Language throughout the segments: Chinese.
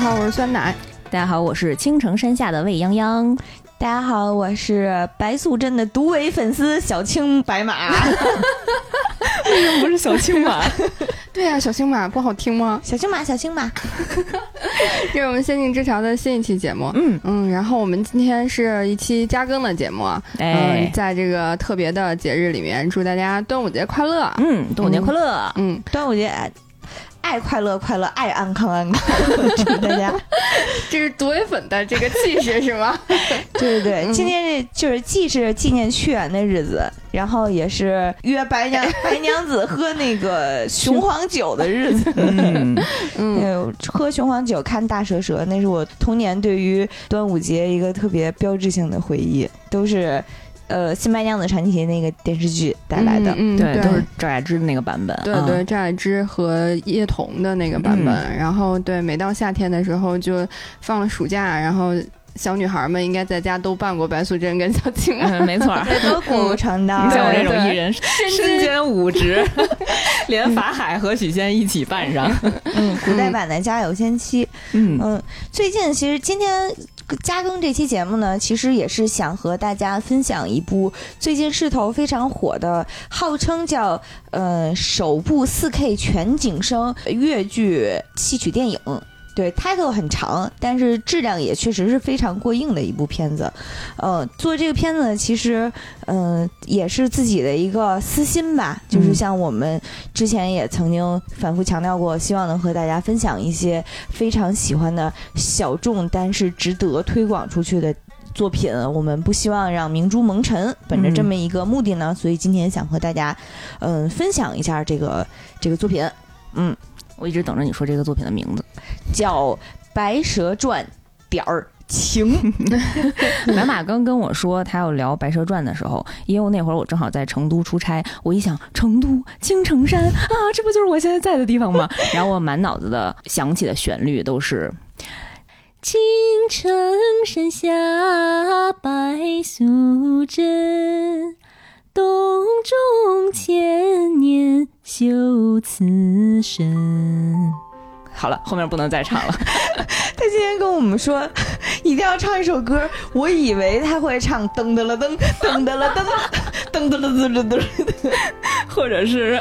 好，我是酸奶。 大家好，我是青城山下的未央央。 大家好，我是白素贞的独为粉丝小青白马。 为什么不是小青马？ 对啊，小青马不好听吗？ 小青马，小青马。 这是我们仙境之潮的新一期节目。然后我们今天是一期加更的节目啊。在这个特别的节日里面，祝大家端午节快乐。 端午节快乐。 端午节爱快乐快乐，爱安康安康，祝大家。 这是独为粉的这个气势是吗？ 对对对，今天这就是既是纪念屈原的日子，然后也是约白娘子喝那个雄黄酒的日子。喝雄黄酒看大蛇蛇，那是我童年对于端午节一个特别标志性的回忆，都是。新白娘子传奇那个电视剧带来的， 对，都是赵雅芝的那个版本， 对，赵雅芝和叶童的那个版本。然后对，每到夏天的时候就放了暑假，然后小女孩们应该在家都扮过白素贞跟小青马， 没错， 都裹过长刀。 像我这种艺人，身兼五职，连法海和许仙一起扮上。 古代版的《家有仙妻》。最近其实今天加更这期节目呢，其实也是想和大家分享一部最近势头非常火的，号称叫首部 4K 全景声粤剧戏曲电影。对 title 很长，但是质量也确实是非常过硬的一部片子。做这个片子其实也是自己的一个私心吧，就是像我们之前也曾经反复强调过，希望能和大家分享一些非常喜欢的小众但是值得推广出去的作品，我们不希望让明珠蒙尘。本着这么一个目的呢，所以今天想和大家分享一下这个作品。 我一直等着你说这个作品的名字， 叫《白蛇传》情。 白马刚跟我说他要聊《白蛇传》的时候，因为那会儿我正好在成都出差，我一想成都青城山啊，这不就是我现在在的地方吗？然后我满脑子的想起的旋律都是青城山下白素贞，洞中千年修此身。好了，后面不能再唱了。 他今天跟我们说一定要唱一首歌，我以为他会唱噔噔了噔噔噔了噔噔噔了噔噔噔， 或者是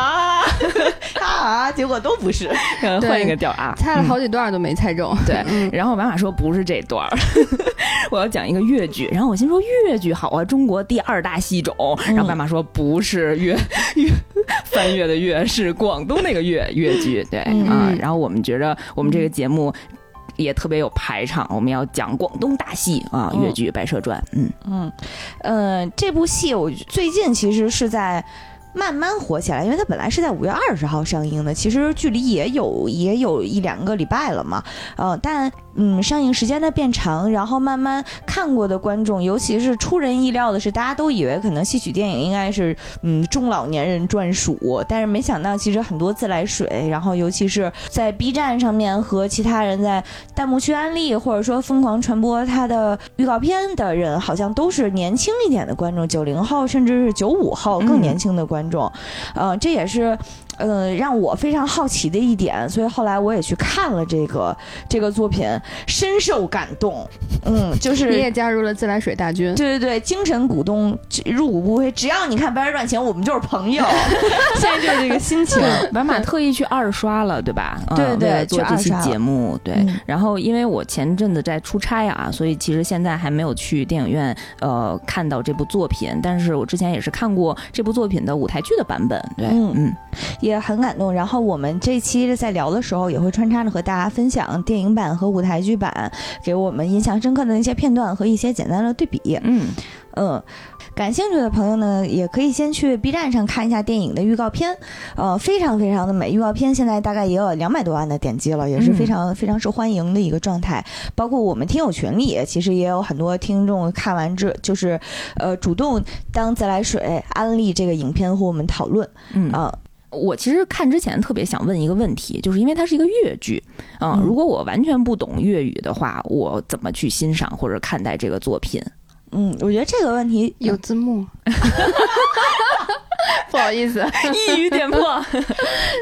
结果都不是， 换一个调啊， 猜了好几段都没猜中。 对，然后白马说不是这段，我要讲一个粤剧，然后我心说粤剧好啊，中国第2大戏种，然后白马说不是粤翻越的粤，是广东那个粤剧，对然后我们觉着我们这个节目也特别有排场，我们要讲广东大戏啊，粤剧《白蛇传》。 这部戏我最近其实是在慢慢火起来，因为它本来是在5月20号上映的，其实距离也有1-2个礼拜了嘛。但上映时间的变长，然后慢慢看过的观众，尤其是出人意料的是，大家都以为可能戏曲电影应该是中老年人专属，但是没想到其实很多自来水，然后尤其是在 B 站上面和其他人在弹幕区安利或者说疯狂传播它的预告片的人，好像都是年轻一点的观众，90后甚至是95后更年轻的观众。这也是让我非常好奇的一点，所以后来我也去看了这个作品，深受感动。就是你也加入了自来水大军。 对对对，精神股东入股不亏，只要你看《白蛇传》前，我们就是朋友。现在就是这个心情。 白马特意去2刷了，对吧？ 对对， 做这期节目，对。然后因为我前阵子在出差啊，所以其实现在还没有去电影院看到这部作品，但是我之前也是看过这部作品的舞台剧的版本，对， 也很感动。然后我们这期在聊的时候，也会穿插着和大家分享电影版和舞台剧版给我们印象深刻的那些片段和一些简单的对比。感兴趣的朋友呢，也可以先去 B 站上看一下电影的预告片，非常非常的美。预告片现在大概也有200多万的点击了，也是非常非常受欢迎的一个状态。包括我们听友群里，其实也有很多听众看完就是主动当自来水安利这个影片和我们讨论。 我其实看之前特别想问一个问题，就是因为它是一个粤剧如果我完全不懂粤语的话，我怎么去欣赏或者看待这个作品？ 我觉得这个问题有字幕。不好意思， 一语点破。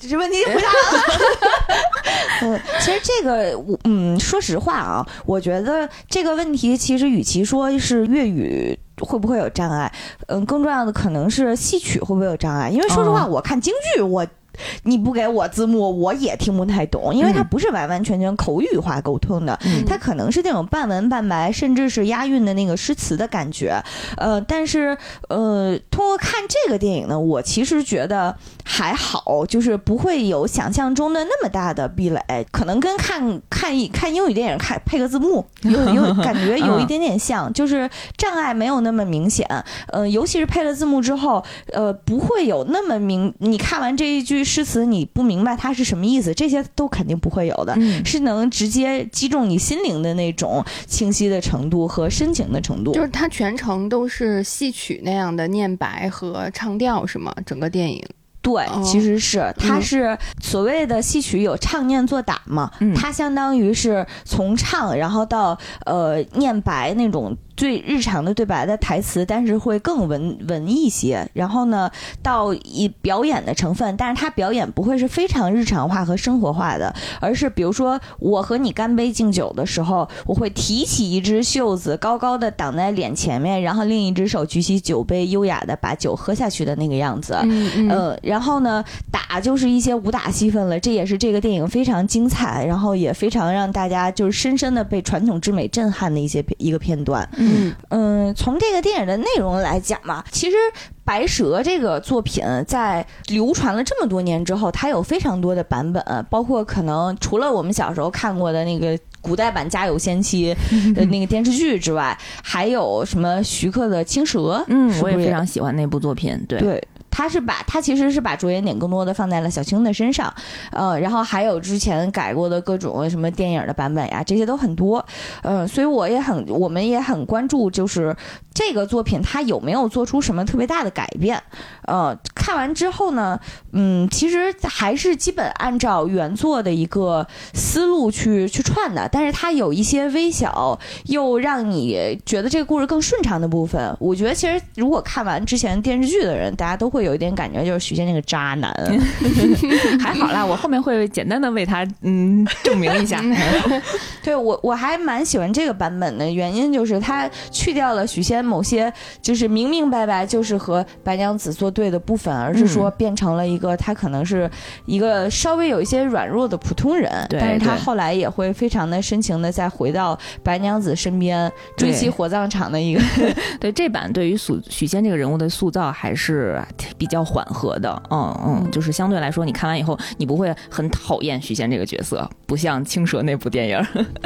这问题回答了。其实这个说实话啊，我觉得这个问题其实与其说是粤语会不会有障碍，更重要的可能是戏曲会不会有障碍。因为说实话，我看京剧你不给我字幕，我也听不太懂，因为它不是完完全全口语化沟通的，它可能是那种半文半白，甚至是押韵的那个诗词的感觉。但是通过看这个电影呢，我其实觉得还好，就是不会有想象中的那么大的壁垒，可能跟看英语电影配个字幕有感觉有一点点像，就是障碍没有那么明显。尤其是配了字幕之后，不会有那么你看完这一句诗词你不明白它是什么意思，这些都肯定不会有的，是能直接击中你心灵的那种清晰的程度和深情的程度。 就是它全程都是戏曲那样的念白和唱调是吗？整个电影？ 对，其实是它是所谓的戏曲有唱念做打嘛，它相当于是从唱然后到念白那种最日常的对白的台词，但是会更文艺一些。然后呢，到表演的成分，但是它表演不会是非常日常化和生活化的，而是比如说我和你干杯敬酒的时候，我会提起一只袖子高高的挡在脸前面，然后另一只手举起酒杯，优雅的把酒喝下去的那个样子。然后呢，打就是一些武打戏份了，这也是这个电影非常精彩，然后也非常让大家就是深深的被传统之美震撼的一个片段。从这个电影的内容来讲嘛，其实白蛇这个作品在流传了这么多年之后，它有非常多的版本，包括可能除了我们小时候看过的那个古代版《家有仙妻》的那个电视剧之外，还有什么徐克的《青蛇》， 我也非常喜欢那部作品。对， 他其实是把着眼点更多的放在了小青的身上，然后还有之前改过的各种什么电影的版本呀，这些都很多，所以我们也很关注，就是这个作品它有没有做出什么特别大的改变。看完之后呢，其实还是基本按照原作的一个思路去串的，但是它有一些微小又让你觉得这个故事更顺畅的部分。我觉得其实如果看完之前电视剧的人，大家都会有一点感觉，就是许仙那个渣男还好啦，我后面会简单的为他证明一下。 对，我还蛮喜欢这个版本的原因，就是他去掉了许仙某些就是明明白白就是和白娘子作对的部分，而是说变成了一个他可能是一个稍微有一些软弱的普通人，但是他后来也会非常的深情的再回到白娘子身边，追妻火葬场的一个。 对，这版对于许仙这个人物的塑造还是比较缓和的，就是相对来说，你看完以后，你不会很讨厌许仙这个角色，不像青蛇那部电影。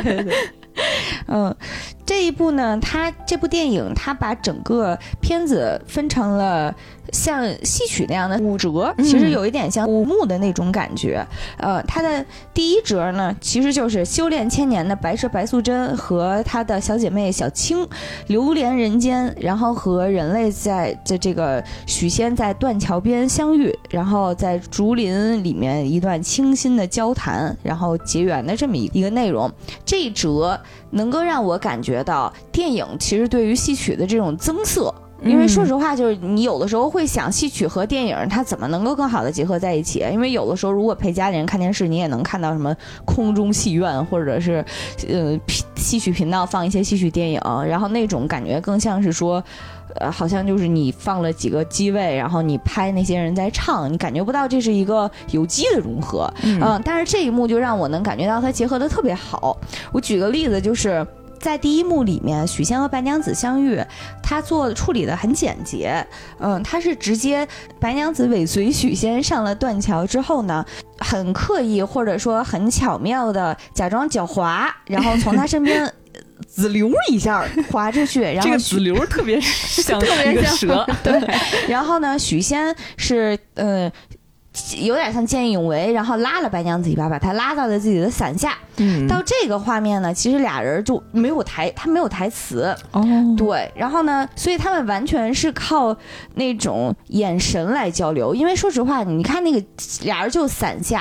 这一部呢，这部电影它把整个片子分成了像戏曲那样的五折，其实有一点像五幕的那种感觉。它的第一折呢，其实就是修炼千年的白蛇白素贞和她的小姐妹小青流连人间，然后和人类在这个许仙在断桥边相遇，然后在竹林里面一段清新的交谈，然后结缘的这么一个内容。这一折能够让我感觉到电影其实对于戏曲的这种增色。因为说实话，就是你有的时候会想戏曲和电影它怎么能够更好的结合在一起，因为有的时候如果陪家里人看电视，你也能看到什么空中戏院，或者是戏曲频道放一些戏曲电影，然后那种感觉更像是说好像就是你放了几个机位，然后你拍那些人在唱，你感觉不到这是一个有机的融合。但是这一幕就让我能感觉到它结合的特别好。我举个例子，就是在第一幕里面，许仙和白娘子相遇，他处理的很简洁。他是直接白娘子尾随许仙上了断桥之后呢，很刻意或者说很巧妙的假装狡猾，然后从他身边子溜一下滑出去，然后这个子溜特别像一个蛇。 对，然后呢，许仙是有点像见义勇为，然后拉了白娘子一把，把她拉到了自己的伞下。到这个画面呢，其实俩人就没有台词。对，然后呢，所以他们完全是靠那种眼神来交流。因为说实话，你看那个俩人就伞下，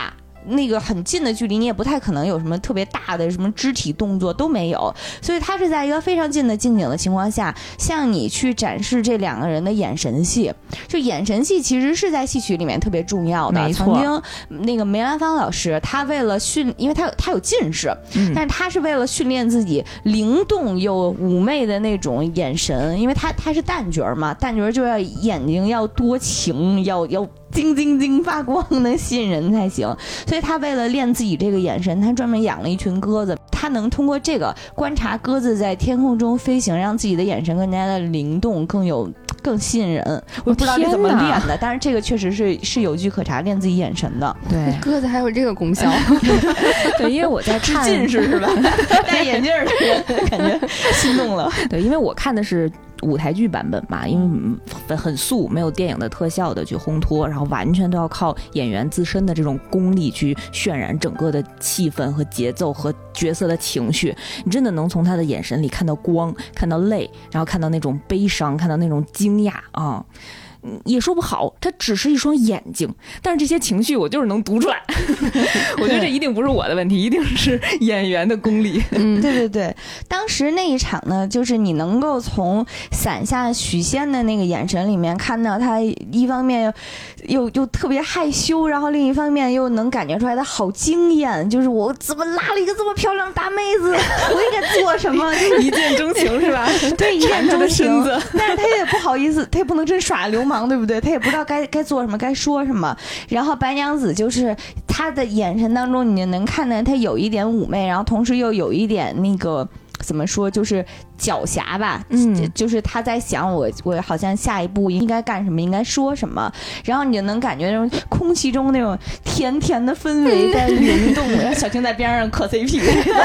那个很近的距离，你也不太可能有什么特别大的什么肢体动作都没有，所以他是在一个非常近的近景的情况下，向你去展示这两个人的眼神戏。就眼神戏其实是在戏曲里面特别重要的。 没错， 曾经那个梅兰芳老师，他为了因为他有近视，但是他是为了训练自己灵动又妩媚的那种眼神，因为他是旦角嘛，旦角就要眼睛要多情，要晶晶晶发光，能吸引人才行。所以他为了练自己这个眼神，他专门养了一群鸽子，他能通过这个观察鸽子在天空中飞行，让自己的眼神更加的灵动，更吸引人。我不知道这怎么练的，但是这个确实是有据可查，练自己眼神的。 对， 鸽子还有这个功效。 对，因为我在看近视是吧？戴眼镜儿感觉心动了。 对，因为我看的是舞台剧版本嘛，因为很素，没有电影的特效的去烘托，然后完全都要靠演员自身的这种功力去渲染整个的气氛和节奏和角色的情绪。你真的能从他的眼神里看到光，看到泪，然后看到那种悲伤，看到那种惊讶啊。也说不好，它只是一双眼睛，但是这些情绪我就是能读出来。我觉得这一定不是我的问题，一定是演员的功力。 对对对，当时那一场呢，就是你能够从伞下许仙的那个眼神里面看到他一方面又特别害羞，然后另一方面又能感觉出来他好惊艳，就是我怎么拉了一个这么漂亮的大妹子，我应该做什么？ 一见钟情是吧？ 对，一见钟情。但是他也不好意思，他也不能真耍流氓，对不对？他也不知道该做什么，该说什么。然后白娘子就是他的眼神当中，你就能看到他有一点妩媚，然后同时又有一点那个怎么说，就是狡黠吧。就是他在想我好像下一步应该干什么，应该说什么，然后你就能感觉那种空气中那种甜甜的氛围在灵动。然后小青在边上磕 CP。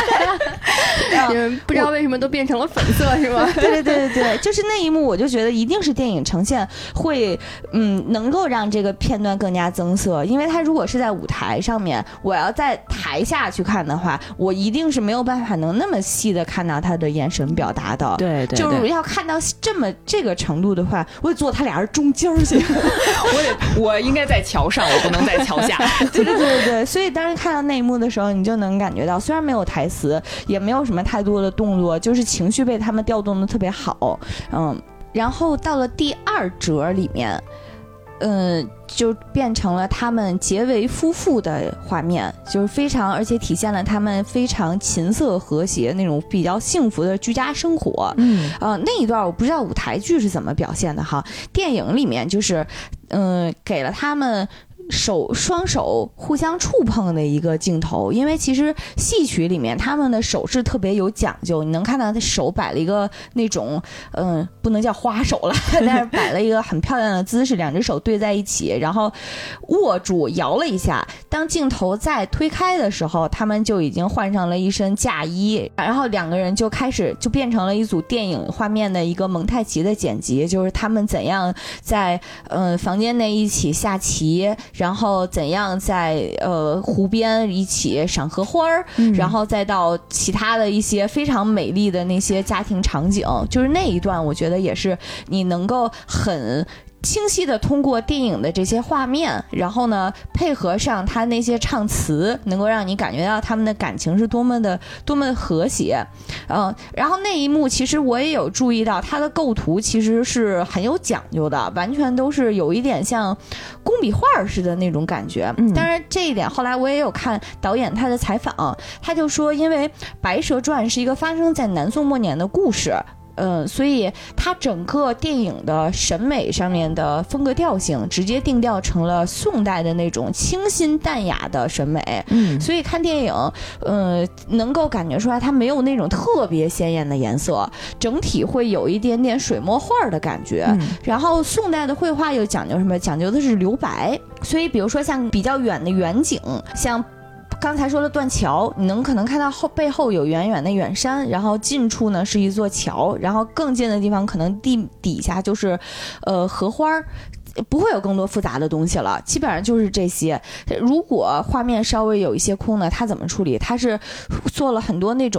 不知道为什么都变成了粉色是吗？ 对，就是那一幕我就觉得一定是电影呈现会能够让这个片段更加增色，因为它如果是在舞台上面，我要在台下去看的话，我一定是没有办法能那么细的看到他的眼神表达的。 对， 就是要看到这个程度的话，我得坐他俩人中间去。 我应该在桥上，我不能在桥下。 对，所以当时看到那一幕的时候，你就能感觉到，虽然没有台词，也没有什么太多的动作，就是情绪被他们调动的特别好。然后到了第二折里面，就变成了他们结为夫妇的画面，就是非常，而且体现了他们非常琴瑟和谐那种比较幸福的居家生活。那一段我不知道舞台剧是怎么表现的哈，电影里面就是给了他们双手互相触碰的一个镜头，因为其实戏曲里面他们的手势特别有讲究，你能看到他手摆了一个那种不能叫花手了，但是摆了一个很漂亮的姿势，两只手对在一起，然后握住摇了一下，当镜头再推开的时候，他们就已经换上了一身嫁衣，然后两个人就开始就变成了一组电影画面的一个蒙太奇的剪辑，就是他们怎样在房间内一起下棋，然后怎样在湖边一起赏荷花，然后再到其他的一些非常美丽的那些家庭场景，就是那一段我觉得也是你能够很清晰的通过电影的这些画面，然后呢配合上他那些唱词，能够让你感觉到他们的感情是多么的和谐。然后那一幕其实我也有注意到，他的构图其实是很有讲究的，完全都是有一点像工笔画似的那种感觉。当然这一点后来我也有看导演他的采访，他就说因为《白蛇传》是一个发生在南宋末年的故事，所以它整个电影的审美上面的风格调性直接定调成了宋代的那种清新淡雅的审美。所以看电影能够感觉出来它没有那种特别鲜艳的颜色，整体会有一点点水墨画的感觉。然后宋代的绘画又讲究什么？讲究的是留白，所以比如说像比较远的远景，像刚才说的断桥，你可能看到背后有远远的远山，然后近处呢是一座桥，然后更近的地方可能地底下就是荷花，不会有更多复杂的东西了，基本上就是这些。如果画面稍微有一些空呢，它怎么处理？它是做了很多那种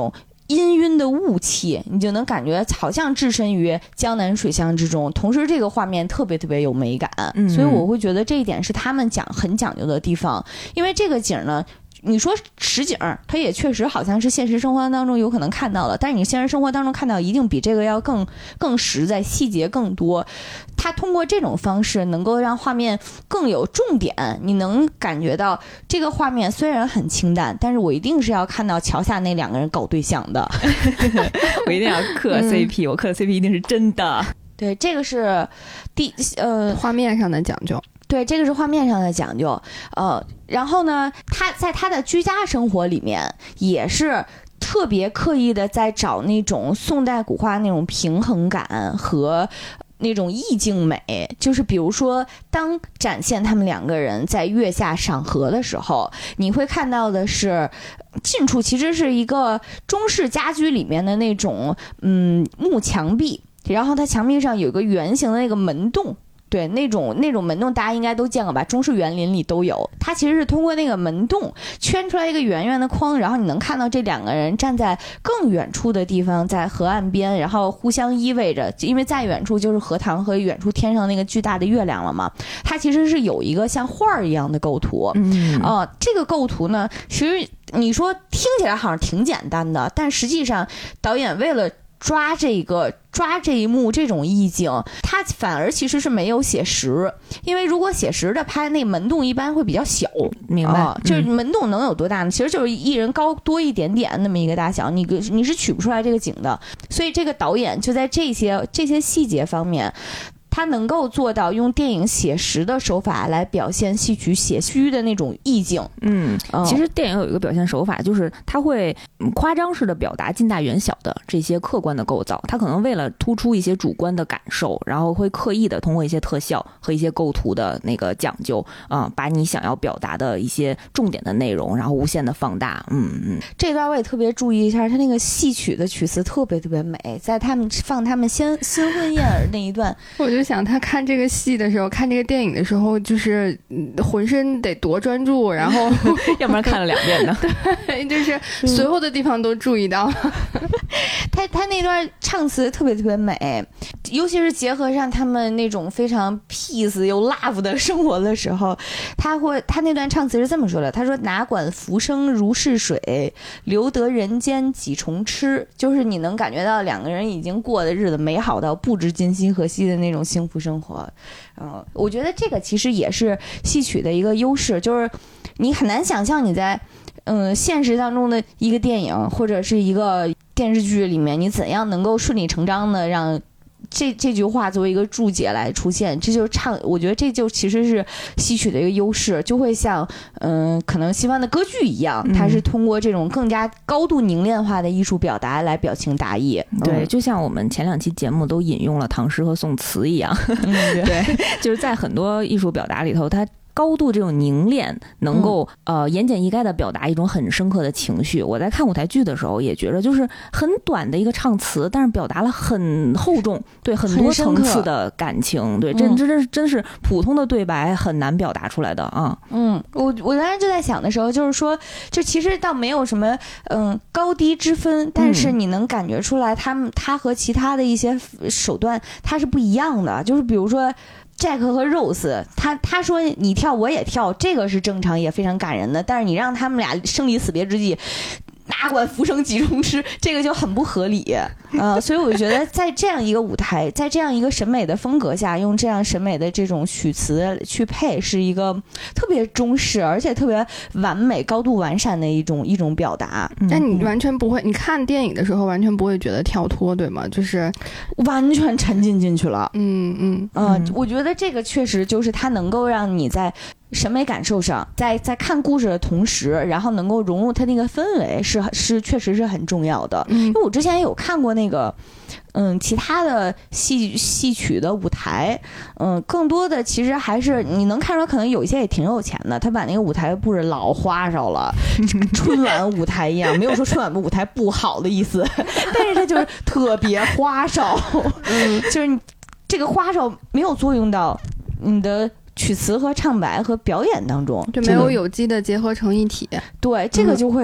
氤氲的雾气，你就能感觉好像置身于江南水乡之中，同时这个画面特别特别有美感，所以我会觉得这一点是他们很讲究的地方。因为这个景呢，你说实景，它也确实好像是现实生活当中有可能看到了，但是你现实生活当中看到一定比这个要更实在，细节更多。它通过这种方式能够让画面更有重点，你能感觉到这个画面虽然很清淡，但是我一定是要看到桥下那2个人搞对象的我一定要磕 CP，我磕的 CP 一定是真的。 对，这个是画面上的讲究。 对，这个是画面上的讲究。然后呢，他在他的居家生活里面也是特别刻意的在找那种宋代古画那种平衡感和那种意境美。就是比如说当展现他们2个人在月下赏荷的时候，你会看到的是近处其实是一个中式家居里面的那种木墙壁，然后它墙壁上有一个圆形的那个门洞。对，那种门洞大家应该都见过吧，中式园林里都有。它其实是通过那个门洞圈出来一个圆圆的框，然后你能看到这2个人站在更远处的地方，在河岸边，然后互相依偎着，因为在远处就是荷塘和远处天上那个巨大的月亮了嘛。它其实是有一个像画一样的构图。这个构图呢，其实你说听起来好像挺简单的，但实际上导演为了抓这一幕这种意境，它反而其实是没有写实。因为如果写实的拍，那门洞一般会比较小。 明白。 就是门洞能有多大呢？其实就是一人高多一点点那么一个大小，你是取不出来这个景的。所以这个导演就在这些细节方面，他能够做到用电影写实的手法来表现戏曲写虚的那种意境。 其实电影有一个表现手法，就是他会夸张式的表达近大远小的这些客观的构造，他可能为了突出一些主观的感受，然后会刻意的通过一些特效和一些构图的那个讲究把你想要表达的一些重点的内容然后无限的放大。 这段我也特别注意一下，他那个戏曲的曲词特别特别美，在他们新婚燕尔那一段， 我就想他看这个戏的时候，看这个电影的时候，就是浑身得多专注，然后要不然看了2遍呢。 对，就是所有的地方都注意到。 他那段唱词特别特别美，尤其是结合上他们那种非常 peace 又 love 的生活的时候，他那段唱词是这么说的，他说哪管浮生如是水，留得人间几重痴。就是你能感觉到2个人已经过的日子美好到不知今夕何夕的那种幸福生活。我觉得这个其实也是戏曲的一个优势，就是你很难想象你在现实当中的一个电影或者是一个电视剧里面，你怎样能够顺理成章的让这句话作为一个注解来出现。这就是我觉得这就其实是戏曲的一个优势，就会像可能西方的歌剧一样，它是通过这种更加高度凝练化的艺术表达来表情达意。 对，就像我们前2期节目都引用了唐诗和宋词一样。对，就是在很多艺术表达里头，它高度这种凝练能够言简意赅的表达一种很深刻的情绪。我在看舞台剧的时候也觉得，就是很短的一个唱词，但是表达了很厚重，对很多层次的感情。对，真是普通的对白很难表达出来的啊。 我当时就在想的时候，就是说，就其实倒没有什么高低之分，但是你能感觉出来他和其他的一些手段它是不一样的。就是比如说Jack 和 Rose， 他说你跳我也跳，这个是正常也非常感人的，但是你让他们俩生离死别之际哪管浮生几重痴，这个就很不合理。所以我觉得在这样一个舞台，在这样一个审美的风格下，用这样审美的这种曲词去配，是一个特别中式而且特别完美高度完善的一种表达。 但你完全不会，你看电影的时候完全不会觉得跳脱，对吗？就是完全沉浸进去了。我觉得这个确实就是它能够让你在审美感受上，在看故事的同时，然后能够融入它那个氛围，是确实是很重要的。因为我之前也有看过那个其他的戏曲的舞台，更多的其实还是你能看出来，可能有一些也挺有钱的，他把那个舞台布置老花哨了，春晚舞台一样，没有说春晚舞台不好的意思，但是它就是特别花哨，就是这个花哨没有作用到你的曲词和唱白和表演当中， 就没有有机的结合成一体。 对，这个就会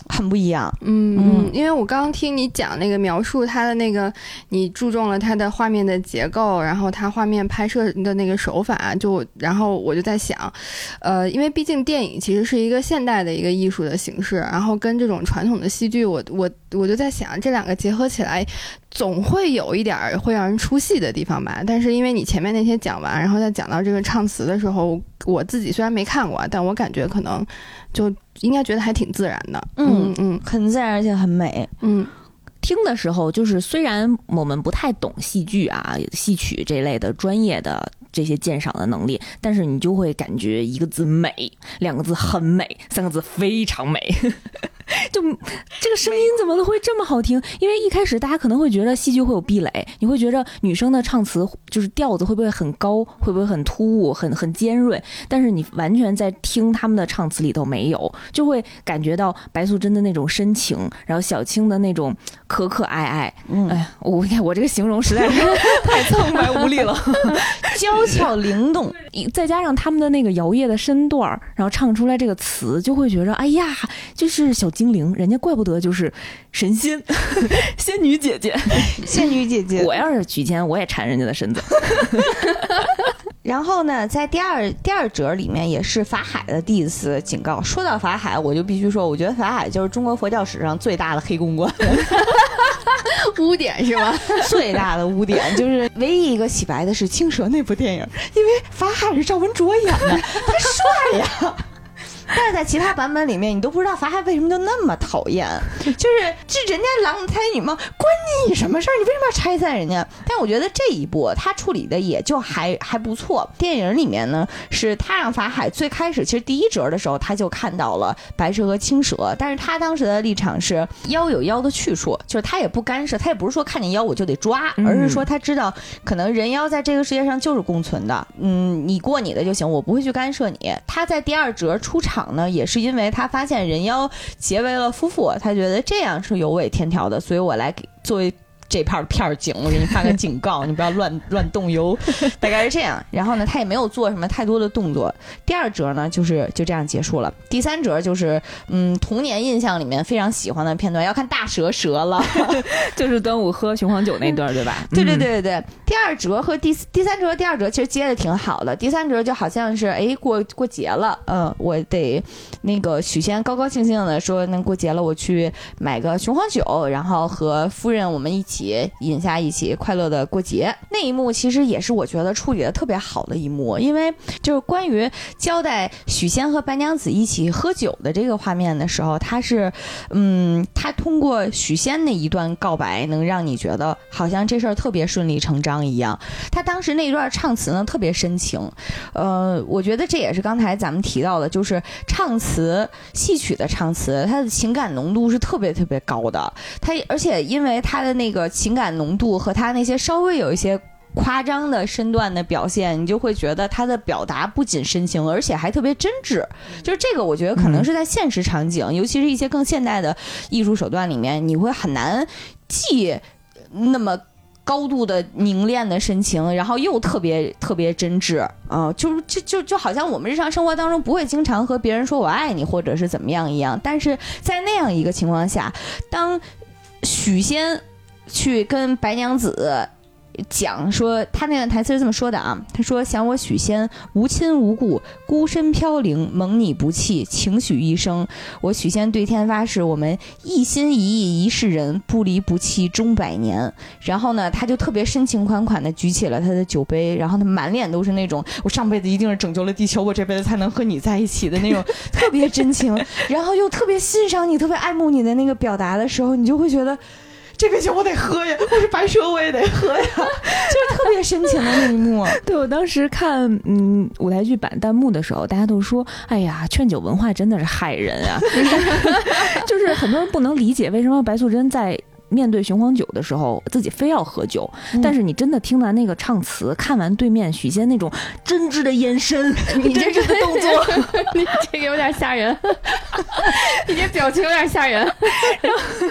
很不一样。 因为我刚刚听你讲那个描述它的那个，你注重了它的画面的结构，然后它画面拍摄的那个手法，然后我就在想，因为毕竟电影其实是一个现代的一个艺术的形式，然后跟这种传统的戏剧，我就在想这两个结合起来，总会有一点会让人出戏的地方吧。但是因为你前面那些讲完，然后再讲到这个唱词的时候，我自己虽然没看过，但我感觉可能就应该觉得还挺自然的。 很自然而且很美。 听的时候就是虽然我们不太懂戏剧啊、戏曲这类的专业的这些鉴赏的能力，但是你就会感觉一个字美，两个字很美，三个字非常美。就这个声音怎么会这么好听？因为一开始大家可能会觉得戏剧会有壁垒，你会觉得女生的唱词就是调子会不会很高，会不会很突兀、很尖锐？但是你完全在听他们的唱词里头没有，就会感觉到白素贞的那种深情，然后小青的那种可可爱爱。哎呀，我这个形容实在是太苍白无力了， 娇俏灵动， 再加上他们的那个摇曳的身段，然后唱出来这个词，就会觉得哎呀，就是小精灵，人家怪不得就是神仙仙女姐姐。我要是许仙，我也缠人家的身子。 然后呢，在第二折里面也是法海的第一次警告。说到法海，我就必须说，我觉得法海就是中国佛教史上最大的黑公关。 污点是吗？ 最大的污点就是唯一一个洗白的是《青蛇》那部电影，因为法海是赵文卓演的，他帅呀。但是在其他版本里面，你都不知道法海为什么就那么讨厌，就是这人家郎才女貌，关你什么事儿？你为什么要拆散人家？但我觉得这一部他处理的也就还不错。电影里面呢，是他让法海最开始其实第一折的时候他就看到了白蛇和青蛇，但是他当时的立场是妖有妖的去处，就是他也不干涉，他也不是说看见妖我就得抓，而是说他知道可能人妖在这个世界上就是共存的，你过你的就行，我不会去干涉你。他在第二折出场呢，也是因为他发现人妖结为了夫妇，他觉得这样是有违天条的，所以我来作为这片警，我给你发个警告，你不要乱动油，大概是这样。然后呢，他也没有做什么太多的动作。第二折呢，就这样结束了。第三折就是童年印象里面非常喜欢的片段，要看大蛇了， 就是端午喝雄黄酒那段，对吧？ 对。第二折和第三折、第二折其实接的挺好的。第三折就好像是过节了，我得那个许仙高高兴兴的说，那过节了，我去买个雄黄酒，然后和夫人我们一起饮下一起快乐的过节。那一幕其实也是我觉得处理的特别好的一幕，因为就是关于交代许仙和白娘子一起喝酒的这个画面的时候，他是他通过许仙那一段告白能让你觉得好像这事儿特别顺理成章一样。他当时那一段唱词呢特别深情，我觉得这也是刚才咱们提到的，就是唱词戏曲的唱词，它的情感浓度是特别特别高的。而且因为他的那个情感浓度和他那些稍微有一些夸张的身段的表现，你就会觉得他的表达不仅深情，而且还特别真挚。就是这个我觉得可能是在现实场景，尤其是一些更现代的艺术手段里面，你会很难既那么高度的凝练的深情，然后又特别特别真挚，就好像我们日常生活当中不会经常和别人说我爱你或者是怎么样一样。但是在那样一个情况下，当许仙去跟白娘子讲说，他那段台词是这么说的啊，他说想我许仙无亲无故，孤身飘零，蒙你不弃，情许一生。我许仙对天发誓，我们一心一意一世人，不离不弃终百年。然后呢，他就特别深情款款的举起了他的酒杯，然后他满脸都是那种我上辈子一定是拯救了地球，我这辈子才能和你在一起的那种特别真情，然后又特别欣赏你，特别爱慕你的那个表达的时候，你就会觉得这个酒我得喝呀，我是白蛇我也得喝呀，就是特别深情的那一幕。 对，我当时看舞台剧版弹幕的时候，大家都说哎呀，劝酒文化真的是害人啊。就是很多人不能理解为什么白素贞在面对雄黄酒的时候自己非要喝酒，但是你真的听完那个唱词，看完对面许仙那种真挚的眼神，你真挚的动作， 你这个有点吓人。你这表情有点吓人。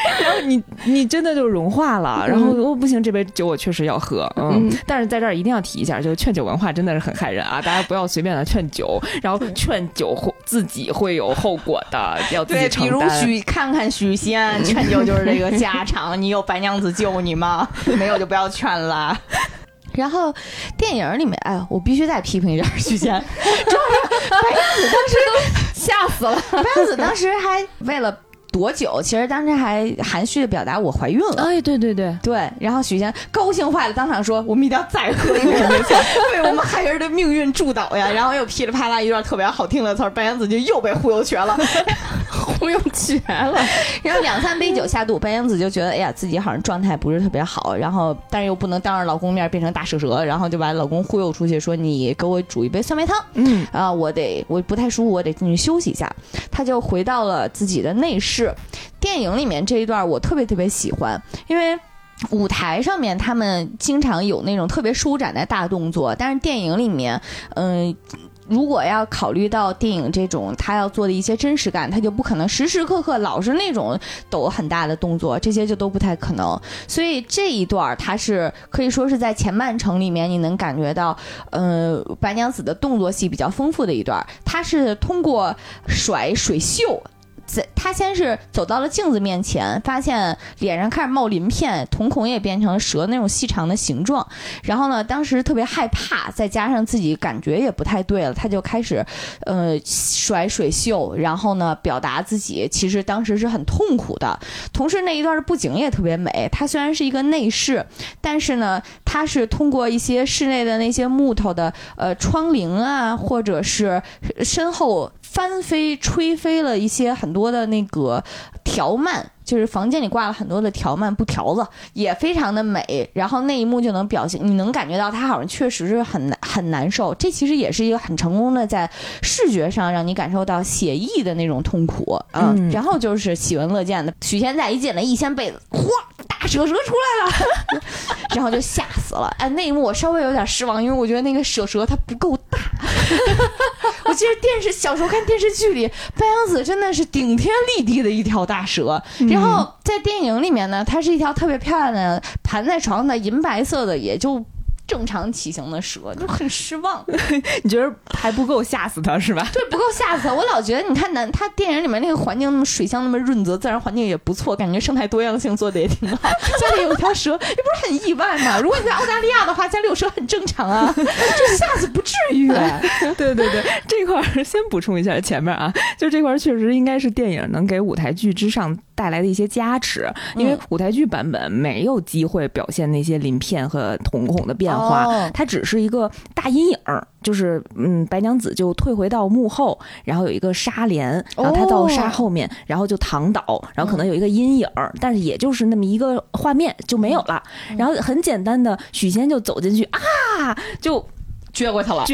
然后你真的就融化了，然后不行，这杯酒我确实要喝，但是在这儿一定要提一下，就是劝酒文化真的是很害人啊，大家不要随便的劝酒，然后劝酒自己会有后果的，要自己承担。 对，比如看看许仙劝酒就是这个下场，你有白娘子救你吗？没有就不要劝了。然后电影里面，哎，我必须再批评一下许仙，主要是白娘子当时都吓死了，白娘子当时还为了多久？其实当时还含蓄的表达我怀孕了。 哎，对对对对，然后许仙高兴坏了，当场说我们一定要再喝一杯，为我们孩儿的命运祝祷呀。然后又噼里啪啦一段特别好听的词儿，白娘子就又被忽悠瘸了，忽悠瘸了。然后2-3杯酒下肚，白娘子就觉得哎呀自己好像状态不是特别好，然后但是又不能当着老公面变成大蛇蛇，然后就把老公忽悠出去说你给我煮一杯酸梅汤，我不太舒服，我得进去休息一下。他就回到了自己的内室。电影里面这一段我特别特别喜欢，因为舞台上面他们经常有那种特别舒展的大动作，但是电影里面如果要考虑到电影这种他要做的一些真实感，他就不可能时时刻刻老是那种抖很大的动作，这些就都不太可能。所以这一段它是可以说是在前半程里面你能感觉到白娘子的动作戏比较丰富的一段，它是通过甩水袖，他先是走到了镜子面前，发现脸上开始冒鳞片，瞳孔也变成了蛇那种细长的形状，然后呢当时特别害怕，再加上自己感觉也不太对了，他就开始甩水袖，然后呢表达自己其实当时是很痛苦的。同时那一段的布景也特别美，它虽然是一个内饰，但是呢它是通过一些室内的那些木头的窗棂啊，或者是身后翻飞吹飞了一些很多的那个条漫，就是房间里挂了很多的条漫布条子，也非常的美。然后那一幕就能表现，你能感觉到他好像确实是很难受。这其实也是一个很成功的在视觉上让你感受到写意的那种痛苦。然后就是喜闻乐见的许仙在一进来一掀被子，哗，大蛇出来了，然后就吓死了。哎，那一幕我稍微有点失望，因为我觉得那个蛇它不够大。我记得小时候看电视剧里，白娘子真的是顶天立地的一条大蛇，然后在电影里面呢，它是一条特别漂亮的盘在床上的银白色的，也就正常体型的蛇，就很失望。 你觉得还不够吓死他是吧？ 对，不够吓死他。我老觉得你看他电影里面那个环境那么水乡那么润泽，自然环境也不错，感觉生态多样性做的也挺好。家里有一条蛇，也不是很意外嘛。如果你在澳大利亚的话，家里有蛇很正常啊，这吓死不至于。 对对对，这块先补充一下前面啊，就这块确实应该是电影能给舞台剧之上带来的一些加持，因为舞台剧版本没有机会表现那些鳞片和瞳孔的变化，它只是一个大阴影，就是白娘子就退回到幕后，然后有一个纱帘，然后她到纱后面，然后就躺倒，然后可能有一个阴影，但是也就是那么一个画面就没有了，然后很简单的许仙就走进去啊，就撅过去了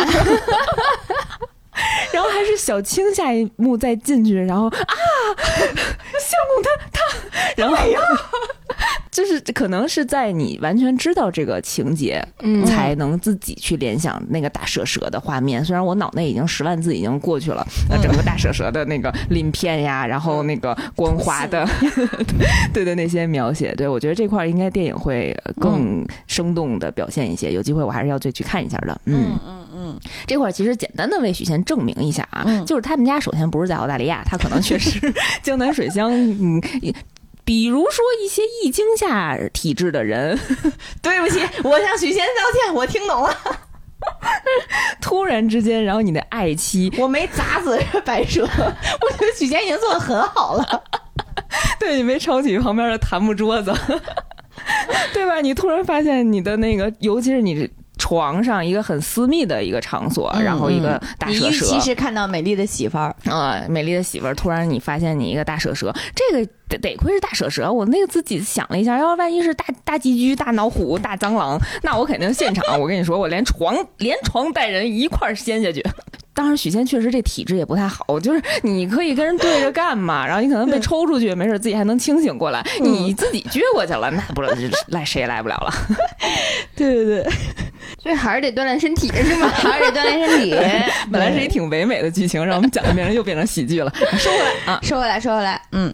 然后还是小青下一幕再进去，然后相公他，然后就是可能是在你完全知道这个情节，才能自己去联想那个大蛇的画面。虽然我脑内已经10万字已经过去了，整个大蛇的那个鳞片呀，然后那个光滑的，对的那些描写，对我觉得这块应该电影会更生动的表现一些。有机会我还是要再去看一下的。这块其实简单的为许仙证明一下啊，就是他们家首先不是在澳大利亚，他可能确实江南水乡，比如说一些易惊吓体质的人， 对不起，我向许仙道歉，我听懂了。 突然之间，然后你的爱妻， 我没砸死白蛇，我觉得许仙已经做得很好了。 对，你没抄起旁边的檀木桌子，对吧？你突然发现你的那个，尤其是你床上一个很私密的一个场所，然后一个大蛇， 你预期是看到美丽的媳妇儿美丽的媳妇儿，突然你发现你一个大蛇，这个得亏是大蛇，我那个自己想了一下，要万一是大寄居、大老虎、大蟑螂，那我肯定现场，我跟你说，我连床带人一块掀下去。当然许仙确实这体质也不太好，就是你可以跟人对着干嘛，然后你可能被抽出去没事，自己还能清醒过来，你自己撅过去了，那不谁也来不了了。 对， 所以还是得锻炼身体是吗？ 还是得锻炼身体。 本来是一挺唯美的剧情，让我们讲着变成又变成喜剧了。收回来。 说回来，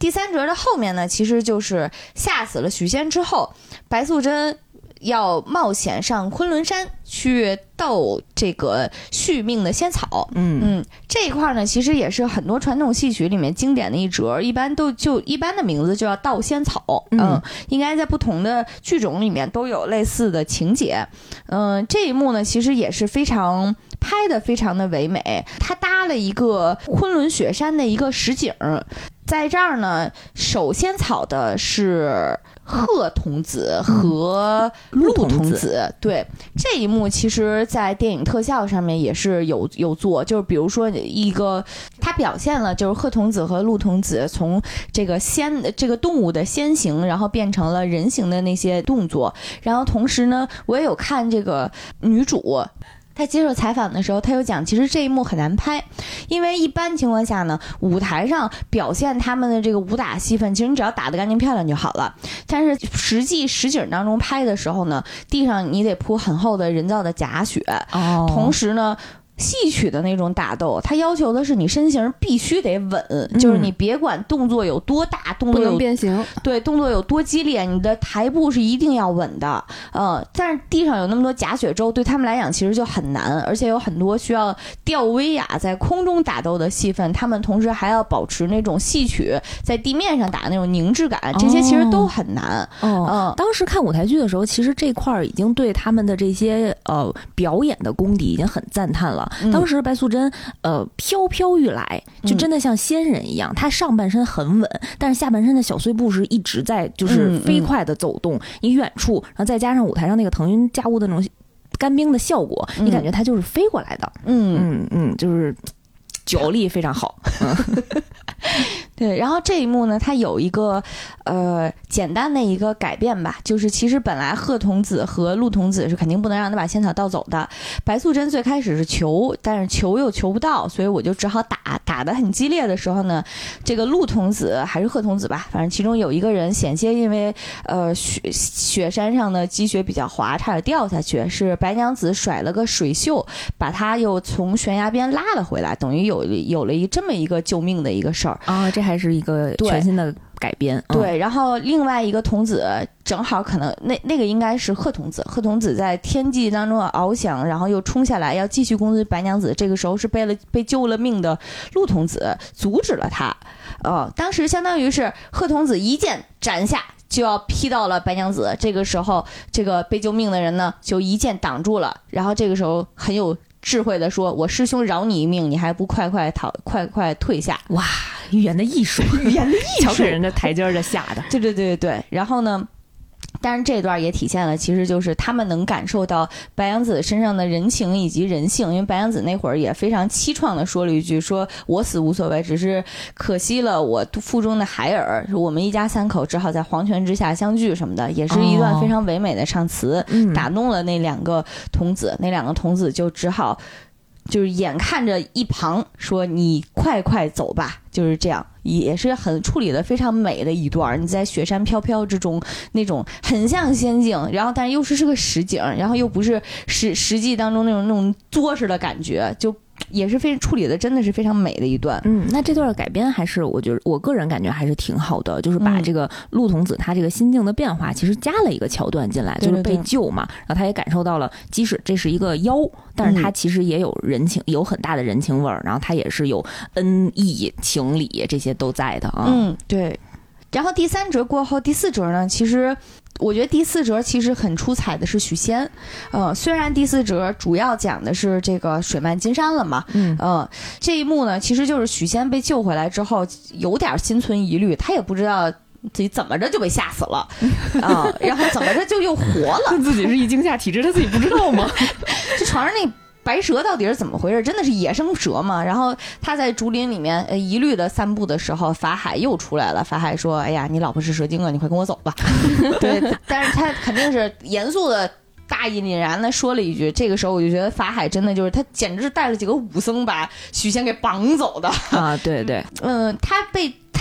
第三折的后面呢，其实就是吓死了许仙之后，白素贞要冒险上昆仑山去斗这个续命的仙草。这一块呢，其实也是很多传统戏曲里面经典的一折，一般的名字就叫盗仙草。应该在不同的剧种里面都有类似的情节。这一幕呢，其实也是拍得非常的唯美，他搭了一个昆仑雪山的一个实景，在这儿呢，守仙草的是贺童子和陆童子。对，这一幕其实在电影特效上面也是有做，就是比如说他表现了就是贺童子和陆童子从这个动物的仙形，然后变成了人形的那些动作。然后同时呢，我也有看这个女主他接受采访的时候，他有讲，其实这一幕很难拍，因为一般情况下呢，舞台上表现他们的这个武打戏份，其实你只要打得干净漂亮就好了。但是实际实景当中拍的时候呢，地上你得铺很厚的人造的假雪，同时呢，戏曲的那种打斗，它要求的是你身形必须得稳，就是你别管动作有多大，动作不能变形， 对，动作有多激烈，你的台步是一定要稳的。但是地上有那么多假雪舟，对他们来讲其实就很难，而且有很多需要吊威亚在空中打斗的戏份，他们同时还要保持那种戏曲在地面上打那种凝滞感，这些其实都很难。 当时看舞台剧的时候，其实这块已经对他们的这些表演的功底已经很赞叹了。当时白素贞飘飘欲来，就真的像仙人一样，她上半身很稳，但是下半身的小碎步是一直在就是飞快的走动，你远处，然后再加上舞台上那个腾云驾雾的那种干冰的效果，你感觉它就是飞过来的。就是脚力非常好。 对，然后这一幕呢，它有一个简单的一个改变吧，就是其实本来贺童子和陆童子是肯定不能让他把仙草盗走的。白素贞最开始是求，但是求又求不到，所以我就只好打得很激烈的时候呢，这个陆童子还是贺童子吧，反正其中有一个人险些因为雪山上的积雪比较滑，差点掉下去，是白娘子甩了个水袖，把他又从悬崖边拉了回来，等于有了这么一个救命的一个事儿啊，这还是一个全新的改编。 对，然后另外一个童子正好可能那个应该是贺童子，贺童子在天际当中翱翔，然后又冲下来要继续攻击白娘子，这个时候是被救了命的陆童子阻止了他。当时相当于是贺童子一剑斩下，就要劈到了白娘子，这个时候这个被救命的人呢就一剑挡住了，然后这个时候很有智慧的说，我师兄饶你一命，你还不快退下。 哇，语言的艺术，瞧给人的台阶的下的。 对，然后呢，但是这段也体现了，其实就是他们能感受到白娘子身上的人情以及人性，因为白娘子那会儿也非常凄怆的说了一句，说我死无所谓，只是可惜了我腹中的孩儿，我们一家三口只好在黄泉之下相聚什么的，也是一段非常唯美的唱词，打动了那两个童子，那两个童子就只好就是眼看着一旁说你快走吧，就是这样，也是很处理的非常美的一段。你在雪山飘飘之中，那种很像仙境，然后但是又是个实景，然后又不是实际当中那种作实的感觉，就也是非常处理的，真的是非常美的一段。 那这段改编还是我觉得我个人感觉还是挺好的，就是把这个陆童子他这个心境的变化，其实加了一个桥段进来，就是被救嘛，然后他也感受到了，即使这是一个妖，但是他其实也有人情，有很大的人情味儿，然后他也是有恩义情理这些都在的啊。 对。然后第三折过后，第四折呢，其实我觉得第四折其实很出彩的是许仙。虽然第四折主要讲的是这个水漫金山了嘛，这一幕呢，其实就是许仙被救回来之后有点心存疑虑，他也不知道自己怎么着就被吓死了然后怎么着就又活了， 自己是一惊吓体质，他自己不知道吗？ 这床上那白蛇到底是怎么回事？真的是野生蛇吗？然后他在竹林里面一律的散步的时候，法海又出来了。法海说：“哎呀，你老婆是蛇精啊，你快跟我走吧。”对，但是他肯定是严肃的。大义凛然的说了一句，这个时候我就觉得法海真的就是他简直是带了几个武僧把许仙给绑走的啊！对， 他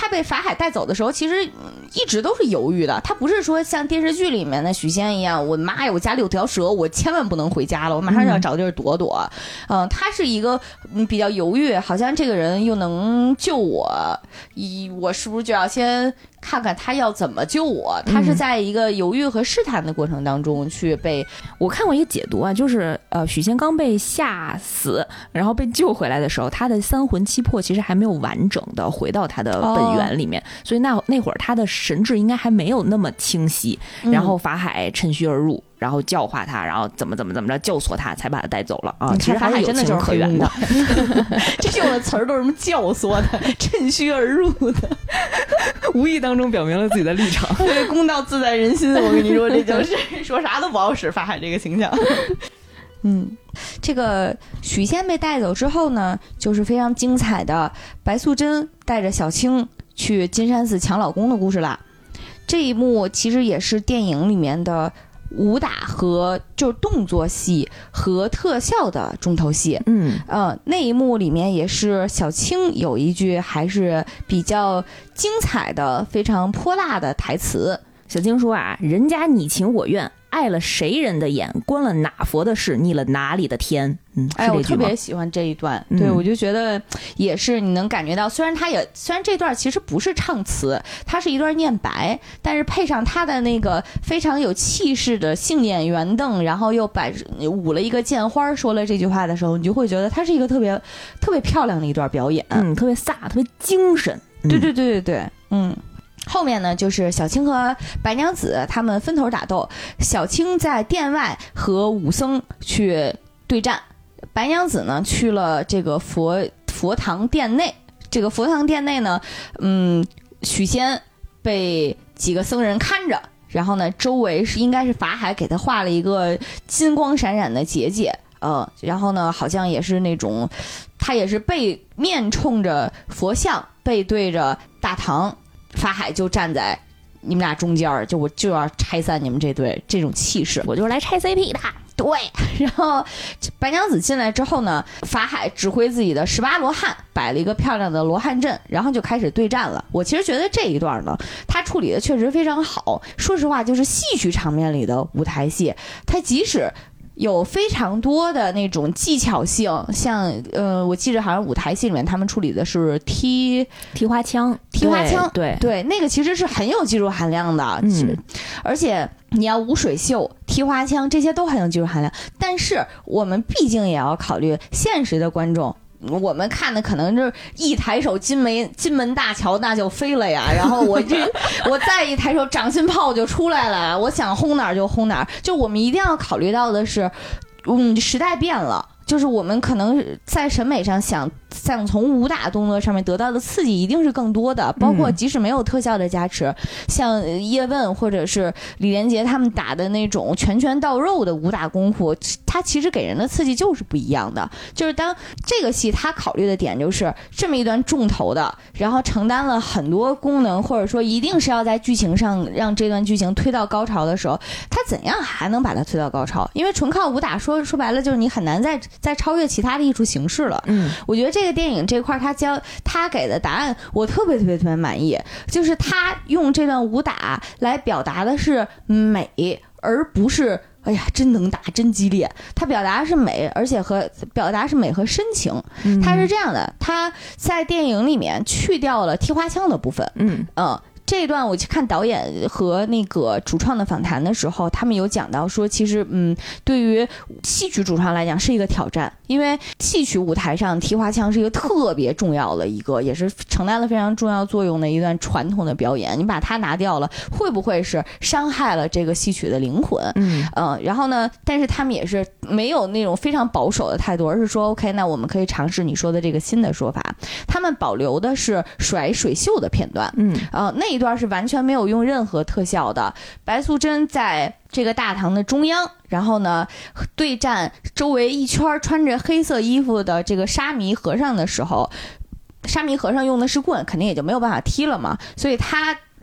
他被法海带走的时候，其实一直都是犹豫的。他不是说像电视剧里面的许仙一样，我妈呀，我家里有条蛇，我千万不能回家了，我马上要找地儿躲躲。他是一个比较犹豫，好像这个人又能救我，我是不是就要先看看他要怎么救我？他是在一个犹豫和试探的过程当中去被。 我看过一个解读啊，就是许仙刚被吓死，然后被救回来的时候，他的三魂七魄其实还没有完整的回到他的本源里面，所以那会儿他的神智应该还没有那么清晰。然后法海趁虚而入，然后教化他，然后怎么着救索他，才把他带走了啊！其实法海真的就是可原的， 这用的词儿都是什么教唆的、趁虚而入的， 无意当中表明了自己的立场。 公道自在人心，我跟你说，这就是说啥都不好使。法海这个形象，这个许仙被带走之后呢，就是非常精彩的白素贞带着小青去金山寺抢老公的故事啦。这一幕其实也是电影里面的武打和就是动作戏和特效的重头戏。那一幕里面也是小青有一句还是比较精彩的、非常泼辣的台词。 小青说啊，人家你情我愿，爱了谁人的眼，关了哪佛的事，逆了哪里的天。 我特别喜欢这一段。对，我就觉得也是你能感觉到，虽然这段其实不是唱词，它是一段念白，但是配上他的那个非常有气势的杏眼圆瞪，然后又舞了一个剑花，说了这句话的时候，你就会觉得它是一个特别特别漂亮的一段表演。 特别飒，特别精神。 对。后面呢，就是小青和白娘子他们分头打斗，小青在殿外和武僧去对战，白娘子呢去了这个佛堂殿内。这个佛堂殿内呢，许仙被几个僧人看着，然后呢周围应该是法海给他画了一个金光闪闪的结界，然后呢好像也是那种他也是背面冲着佛像，背对着大堂。法海就站在你们俩中间，我就要拆散你们这对，这种气势， 我就是来拆 CP 的。 对，然后白娘子进来之后呢，法海指挥自己的18罗汉摆了一个漂亮的罗汉阵，然后就开始对战了。我其实觉得这一段呢，他处理的确实非常好。说实话，就是戏曲场面里的舞台戏，他即使有非常多的那种技巧性，像我记得好像舞台戏里面他们处理的是踢花枪， 对，那个其实是很有技术含量的。而且你要舞水袖、踢花枪，这些都很有技术含量。但是我们毕竟也要考虑现实的观众。我们看的可能就是一抬手金门大桥那就飞了呀，然后我再一抬手掌心炮就出来了，我想轰哪儿就轰哪儿。就我们一定要考虑到的是，时代变了，就是我们可能在审美上想从武打动作上面得到的刺激一定是更多的，包括即使没有特效的加持，像叶问或者是李连杰他们打的那种拳拳到肉的武打功夫，它其实给人的刺激就是不一样的。就是当这个戏他考虑的点就是这么一段重头的，然后承担了很多功能，或者说一定是要在剧情上让这段剧情推到高潮的时候，他怎样还能把它推到高潮？因为纯靠武打说白了就是你很难再超越其他的艺术形式了。我觉得这个电影这块他给的答案我特别特别特别满意，就是他用这段武打来表达的是美，而不是哎呀真能打真激烈。他表达的是美，而且表达是美和深情。他是这样的，他在电影里面去掉了踢花枪的部分。这一段我去看导演和那个主创的访谈的时候，他们有讲到说，其实对于戏曲主创来讲是一个挑战，因为戏曲舞台上踢花枪是一个特别重要的一个，也是承担了非常重要作用的一段传统的表演。你把它拿掉了，会不会是伤害了这个戏曲的灵魂？然后呢，但是他们也是没有那种非常保守的态度，而是说 OK， 那我们可以尝试你说的这个新的说法。他们保留的是甩水袖的片段。那一段是完全没有用任何特效的。白素贞在这个大堂的中央，然后呢对战周围一圈穿着黑色衣服的这个沙弥和尚的时候，沙弥和尚用的是棍，肯定也就没有办法踢了嘛，所以他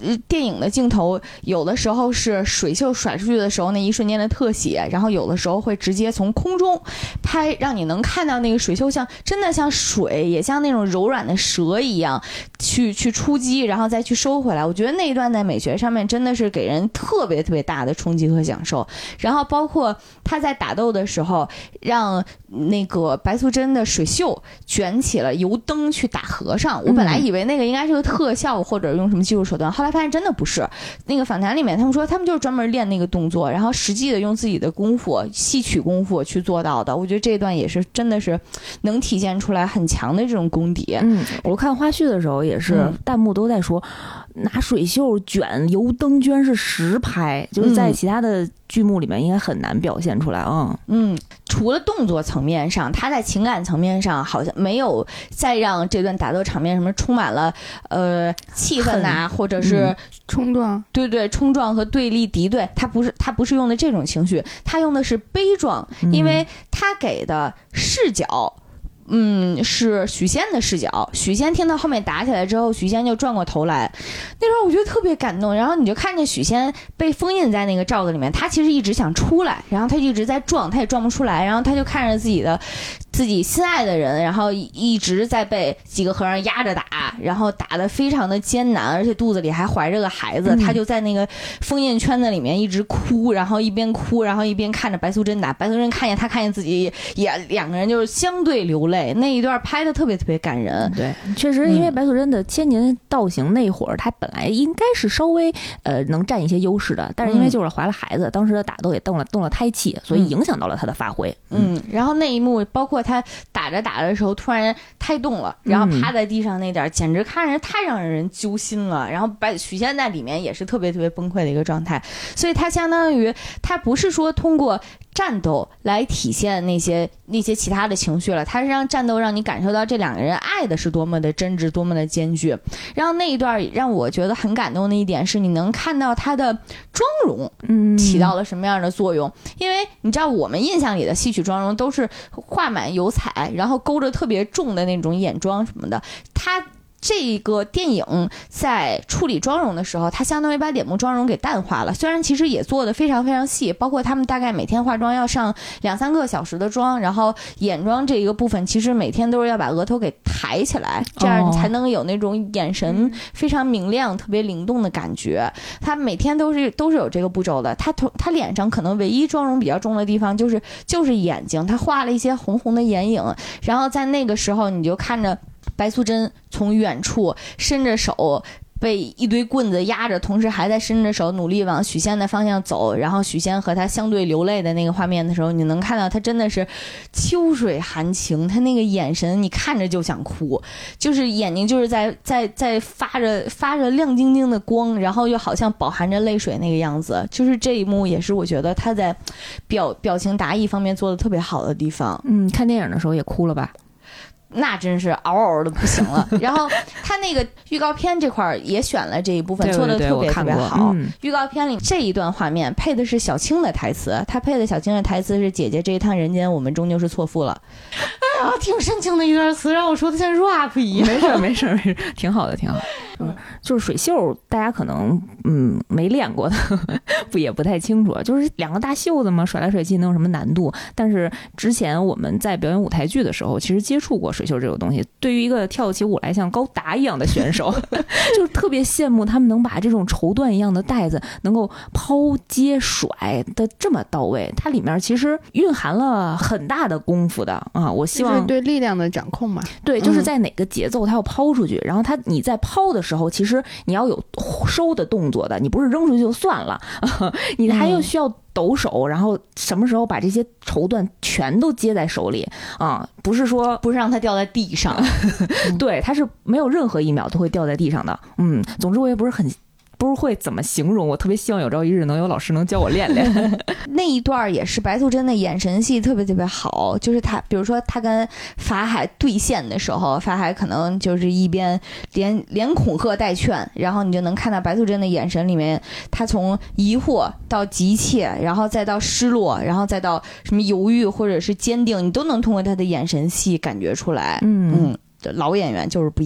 电影的镜头有的时候是水袖甩出去的时候那一瞬间的特写，然后有的时候会直接从空中拍，让你能看到那个水袖真的像水，也像那种柔软的蛇一样去出击，然后再去收回来。我觉得那一段在美学上面真的是给人特别特别大的冲击和享受。然后包括他在打斗的时候让那个白素贞的水袖卷起了油灯去打和尚，我本来以为那个应该是个特效或者用什么技术手段，后来发现真的不是。那个访谈里面他们说他们就是专门练那个动作，然后实际的用自己的功夫戏曲功夫去做到的。我觉得这一段也是真的是能体现出来很强的这种功底。 我看花絮的时候也是弹幕都在说拿水袖卷油灯居然是实拍，就是在其他的剧目里面应该很难表现出来啊。 除了动作层面上，他在情感层面上好像没有再让这段打斗场面什么充满了气氛呐，或者是冲撞， 对冲撞和对立敌对，他不是用的这种情绪，他用的是悲壮，因为他给的视角。是许仙的视角。许仙听到后面打起来之后，许仙就转过头来，那时候我觉得特别感动。然后你就看见许仙被封印在那个罩子里面，他其实一直想出来，然后他一直在撞，他也撞不出来。然后他就看着自己心爱的人，然后一直在被几个和尚压着打，然后打得非常的艰难，而且肚子里还怀着个孩子。他就在那个封印圈子里面一直哭，然后一边哭，然后一边看着白素贞打。白素贞看见自己也两个人就是相对流泪。那一段拍的特别特别感人。 对，确实因为白素贞的千年道行那会儿，她本来应该是稍微能占一些优势的，但是因为就是怀了孩子，当时的打斗也动了胎气，所以影响到了她的发挥。 然后那一幕包括他打着的时候突然胎动了，然后趴在地上那点简直看着太让人揪心了。然后许仙在里面也是特别特别崩溃的一个状态，所以他相当于他不是说通过战斗来体现那些其他的情绪了，他是让战斗让你感受到这两个人爱的是多么的真挚，多么的艰巨。然后那一段让我觉得很感动的一点是，你能看到他的妆容起到了什么样的作用。因为你知道我们印象里的戏曲妆容都是画满油彩，然后勾着特别重的那种眼妆什么的，他这个电影在处理妆容的时候，它相当于把脸部妆容给淡化了，虽然其实也做得非常非常细，包括他们大概每天化妆要上2-3个小时的妆，然后眼妆这一个部分其实每天都是要把额头给抬起来，这样才能有那种眼神非常明亮特别灵动的感觉。他每天都是有这个步骤的。他脸上可能唯一妆容比较重的地方就是眼睛，他画了一些红红的眼影，然后在那个时候你就看着白素贞从远处伸着手被一堆棍子压着，同时还在伸着手努力往许仙的方向走，然后许仙和他相对流泪的那个画面的时候，你能看到他真的是秋水含情，他那个眼神你看着就想哭，就是眼睛就是在发着亮晶晶的光，然后又好像饱含着泪水那个样子。就是这一幕也是我觉得他在表情达意方面做的特别好的地方。 看电影的时候也哭了吧？ 那真是嗷嗷的不行了。然后他那个预告片这块也选了这一部分，做的特别特别好。预告片里这一段画面配的是小青的台词，他配的小青的台词是姐姐这一趟人间我们终究是错付了。哎呀，挺深情的一段词，让我说的像 rap 一样。 没事，挺好的。就是水袖，大家可能没练过的也不太清楚，就是2个大袖子嘛，甩来甩去能有什么难度？但是之前我们在表演舞台剧的时候，其实接触过水袖这个东西。对于一个跳起舞来像高达一样的选手，就是特别羡慕他们能把这种绸缎一样的带子能够抛接甩的这么到位，它里面其实蕴含了很大的功夫的啊！我希望就是对力量的掌控嘛， 对，就是在哪个节奏它要抛出去，然后你在抛的时候，其实你要有收的动作的，你不是扔出去就算了，你还要需要抖手，然后什么时候把这些绸缎全都接在手里啊？不是让它掉在地上， 对，它是没有任何一秒都会掉在地上的。总之我也不是会怎么形容，我特别希望有朝一日能有老师能教我练练。 那一段也是白素贞的眼神戏特别特别好，就是比如说他跟法海对线的时候，法海可能就是一边连恐吓带劝，然后你就能看到白素贞的眼神里面，他从疑惑到急切，然后再到失落，然后再到什么犹豫或者是坚定，你都能通过他的眼神戏感觉出来。老演员就是不一样。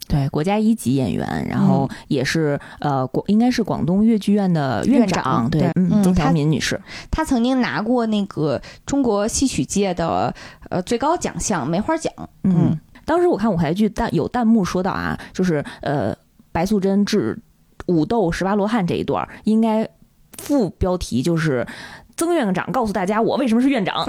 对，国家一级演员，然后也是应该是广东粤剧院的院长，对，曾小敏女士， 她曾经拿过那个中国戏曲界的最高奖项梅花奖。 当时我看舞台剧有弹幕说到啊，就是白素贞治武斗18罗汉这一段，应该副标题就是曾院长告诉大家我为什么是院长。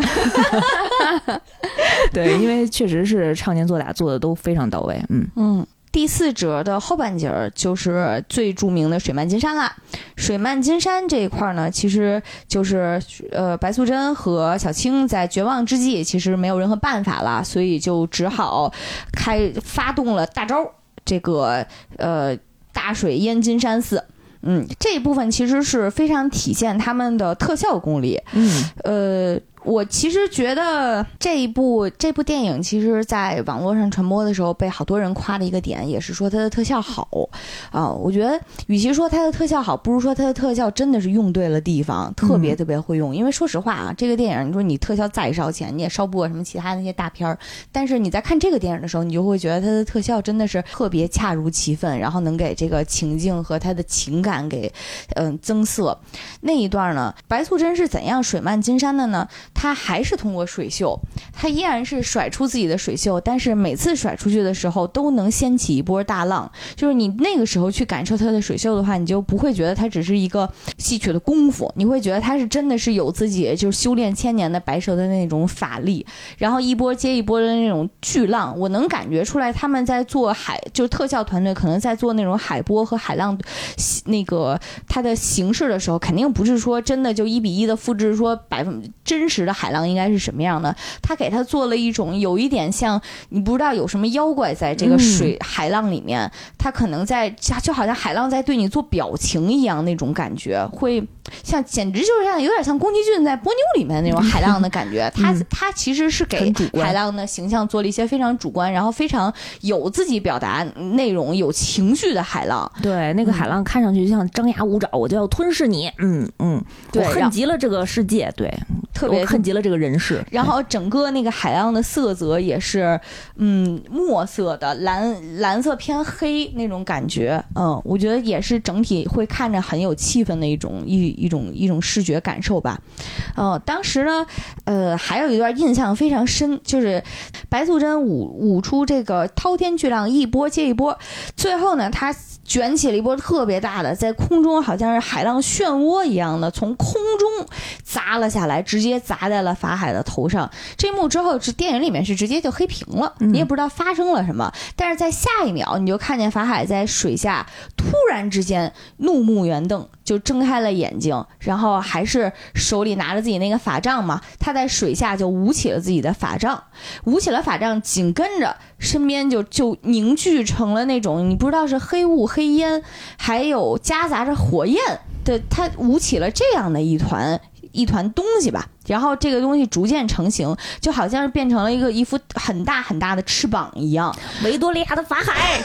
对，因为确实是唱念做打做的都非常到位。 第4折的后半截就是最著名的水漫金山了。水漫金山这一块呢，其实就是白素贞和小青在绝望之际，其实没有任何办法了，所以就只好发动了大招，这个大水淹金山寺。这一部分其实是非常体现他们的特效功力。我其实觉得这部电影其实在网络上传播的时候被好多人夸的一个点也是说它的特效好我觉得与其说它的特效好，不如说它的特效真的是用对了地方，特别特别会用。因为说实话啊，这个电影你说你特效再烧钱，你也烧不过什么其他那些大片儿，但是你在看这个电影的时候，你就会觉得它的特效真的是特别恰如其分，然后能给这个情境和它的情感给增色。那一段呢，白素贞是怎样水漫金山的呢？他还是通过水袖，他依然是甩出自己的水袖，但是每次甩出去的时候都能掀起一波大浪。就是你那个时候去感受他的水袖的话，你就不会觉得他只是一个戏曲的功夫，你会觉得他是真的是有自己就是修炼千年的白蛇的那种法力，然后一波接一波的那种巨浪。我能感觉出来他们在做就是特效团队可能在做那种海波和海浪那个它的形式的时候，肯定不是说真的就1比1的复制说真实的海浪应该是什么样的，他给他做了一种有一点像你不知道有什么妖怪在这个海浪里面，他可能就好像海浪在对你做表情一样，那种感觉会像简直就是像有点像宫崎骏在波妞里面那种海浪的感觉。他其实是给海浪的形象做了一些非常主观，然后非常有自己表达内容有情绪的海浪。 对，那个海浪看上去就像张牙舞爪，我就要吞噬你。对，我恨极了这个世界，对，特别恨极了这个人世。 然后整个那个海浪的色泽也是墨色的，蓝色偏黑那种感觉。我觉得也是整体会看着很有气氛的一种视觉感受吧。当时呢还有一段印象非常深，就是白素贞舞出这个滔天巨浪，一波接一波，最后呢她卷起了一波特别大的，在空中好像是海浪漩涡一样的从空中砸了下来，直接砸在了法海的头上。这一幕之后，电影里面是直接就黑屏了，你也不知道发生了什么。但是在下一秒，你就看见法海在水下突然之间怒目圆瞪，就睁开了眼睛，然后还是手里拿着自己那个法杖嘛，他在水下就舞起了自己的法杖，紧跟着身边就凝聚成了那种你不知道是黑雾黑烟还有夹杂着火焰的，他舞起了这样的一团东西吧，然后这个东西逐渐成型，就好像是变成了一副很大很大的翅膀一样。 维多利亚的法海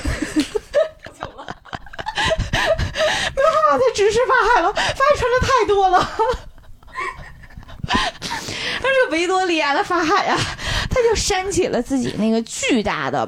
没有办法再直视法海了，法海穿的太多了。他是维多利亚的法海啊，他就扇起了自己那个巨大的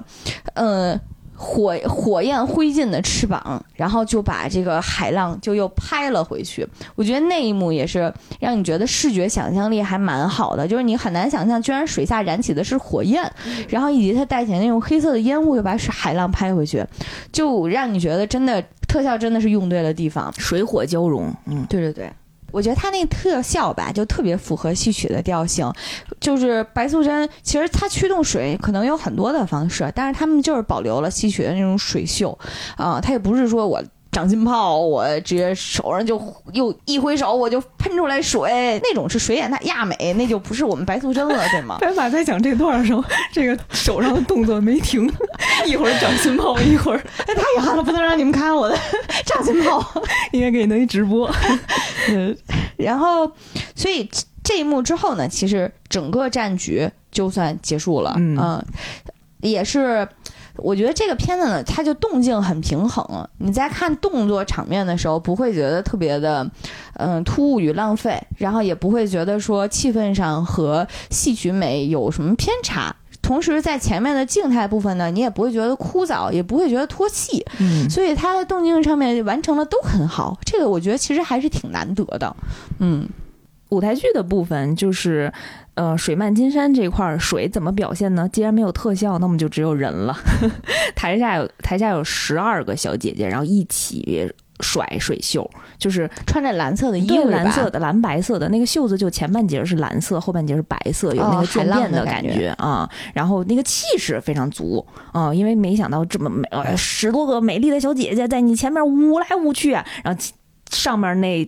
火焰灰烬的翅膀，然后就把这个海浪就又拍了回去。我觉得那一幕也是让你觉得视觉想象力还蛮好的，就是你很难想象居然水下燃起的是火焰，然后以及它带起那种黑色的烟雾又把海浪拍回去，就让你觉得真的特效真的是用对了地方， 水火交融。 对对对，我觉得他那个特效吧，就特别符合戏曲的调性。就是白素贞，其实她驱动水可能有很多的方式，但是他们就是保留了戏曲的那种水袖他也不是说我长浸泡，我直接手上就又一挥手我就喷出来水，那种是水眼亚美，那就不是我们白素贞了，对吗？ 白马在讲这段的时候，这个手上的动作没停，一会儿长浸泡，一会儿太遗憾了，不能让你们看我的长浸泡， 应该给你弄一直播。 然后，所以这一幕之后呢，其实整个战局就算结束了。也是。我觉得这个片子呢，它就动静很平衡。你在看动作场面的时候，不会觉得特别的，突兀与浪费，然后也不会觉得说气氛上和戏曲美有什么偏差。 同时在前面的静态部分呢，你也不会觉得枯燥，也不会觉得脱戏，所以它的动静上面完成的都很好，这个我觉得其实还是挺难得的。 舞台剧的部分就是水漫金山这块水怎么表现呢？既然没有特效，那么就只有人了。台下有12个小姐姐，然后一起甩水袖，就是穿着蓝色的衣服， 蓝色的蓝白色的那个袖子，就前半截是蓝色，后半截是白色，有那个渐变的感觉啊。然后那个气势非常足啊，因为没想到这么10多个美丽的小姐姐在你前面舞来舞去啊，然后上面那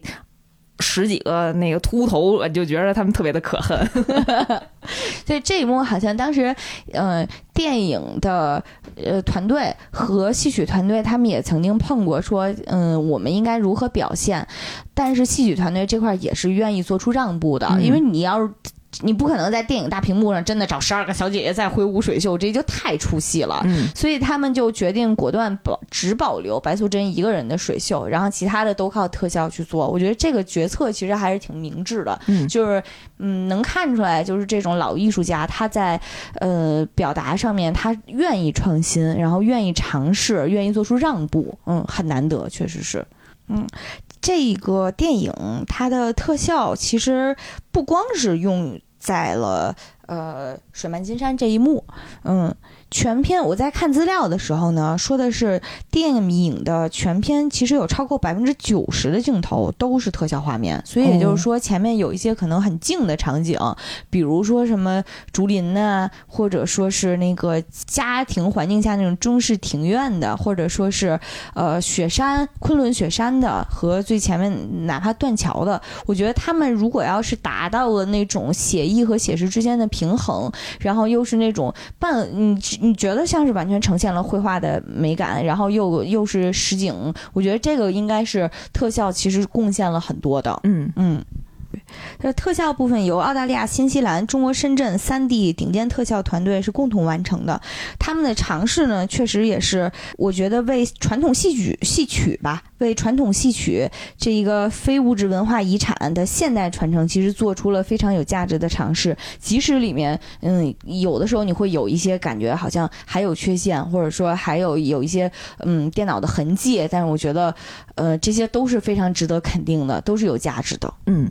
10几个那个秃头，就觉得他们特别的可恨。 所以这一幕好像当时电影的团队和戏曲团队他们也曾经碰过说我们应该如何表现，但是戏曲团队这块也是愿意做出让步的，因为你不可能在电影大屏幕上真的找12个小姐姐在挥舞水袖，这就太出戏了。所以他们就决定果断只保留白素贞一个人的水袖，然后其他的都靠特效去做。我觉得这个决策其实还是挺明智的，就是能看出来，就是这种老艺术家他在表达上面他愿意创新，然后愿意尝试，愿意做出让步，很难得，确实是。这个电影它的特效其实不光是用在了水漫金山这一幕，全片我在看资料的时候呢，说的是电影的全片其实有超过90%的镜头都是特效画面，所以也就是说前面有一些可能很静的场景，比如说什么竹林啊，或者说是那个家庭环境下那种中式庭院的，或者说是雪山昆仑雪山的，和最前面哪怕断桥的，我觉得他们如果要是达到了那种写意和写实之间的平衡，然后又是那种你觉得像是完全呈现了绘画的美感，然后又是实景，我觉得这个应该是特效其实贡献了很多的。特效部分由澳大利亚、新西兰、中国深圳3地顶尖特效团队是共同完成的。他们的尝试呢，确实也是我觉得为传统戏曲吧，为传统戏曲这一个非物质文化遗产的现代传承，其实做出了非常有价值的尝试。即使里面有的时候你会有一些感觉好像还有缺陷，或者说还有一些电脑的痕迹，但是我觉得这些都是非常值得肯定的，都是有价值的。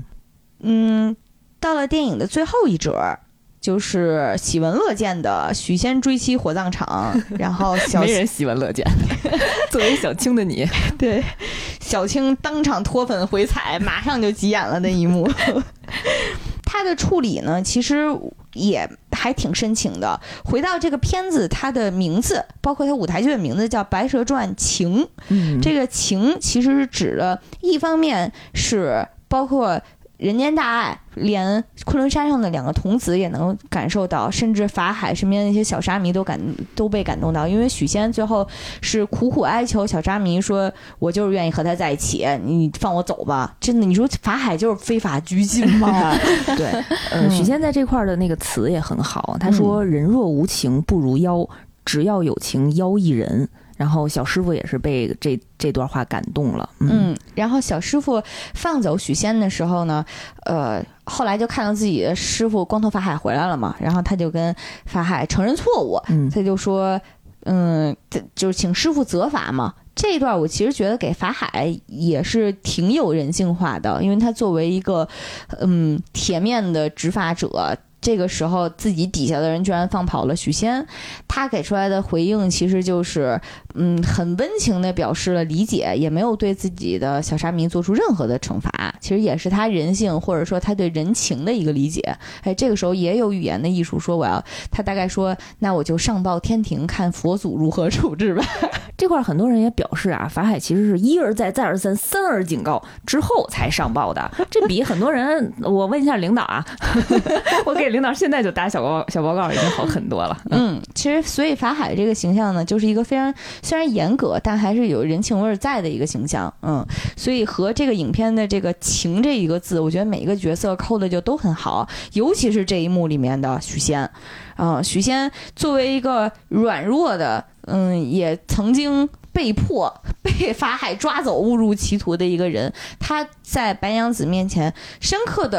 到了电影的最后一折，就是喜闻乐见的许仙追妻火葬场，然后没人喜闻乐见。作为小青的你， 对小青当场脱粉回踩，马上就急眼了的一幕。他的处理呢，其实也还挺深情的。回到这个片子，它的名字，包括它舞台剧的名字叫《白蛇传·情》。这个情其实是指的，一方面是包括人间大爱，连昆仑山上的2个童子也能感受到，甚至法海身边那些小沙弥都被感动到，因为许仙最后是苦苦哀求小沙弥说：“我就是愿意和他在一起，你放我走吧。”真的，你说法海就是非法拘禁吗？ 对，许仙在这块的那个词也很好，他说：“人若无情不如妖，只要有情妖亦人。”然后小师傅也是被这段话感动了。 然后小师傅放走许仙的时候呢，后来就看到自己的师傅光头法海回来了嘛，然后他就跟法海承认错误，他就说就是请师傅责罚嘛。这一段我其实觉得给法海也是挺有人性化的，因为他作为一个铁面的执法者，这个时候自己底下的人居然放跑了许仙，他给出来的回应其实就是很温情的表示了理解，也没有对自己的小沙弥做出任何的惩罚，其实也是他人性或者说他对人情的一个理解。这个时候也有语言的艺术，说他大概说那我就上报天庭看佛祖如何处置吧。 这块很多人也表示啊，法海其实是一而再再而三三而警告之后才上报的，这比很多人我问一下领导啊我给领导现在就打小报告已经好很多了。 其实所以法海这个形象呢，就是一个非常虽然严格但还是有人情味在的一个形象。所以和这个影片的这个情这一个字，我觉得每一个角色扣的就都很好，尤其是这一幕里面的许仙。许仙作为一个软弱的也曾经被迫被法海抓走误入歧途的一个人，他在白娘子面前深刻的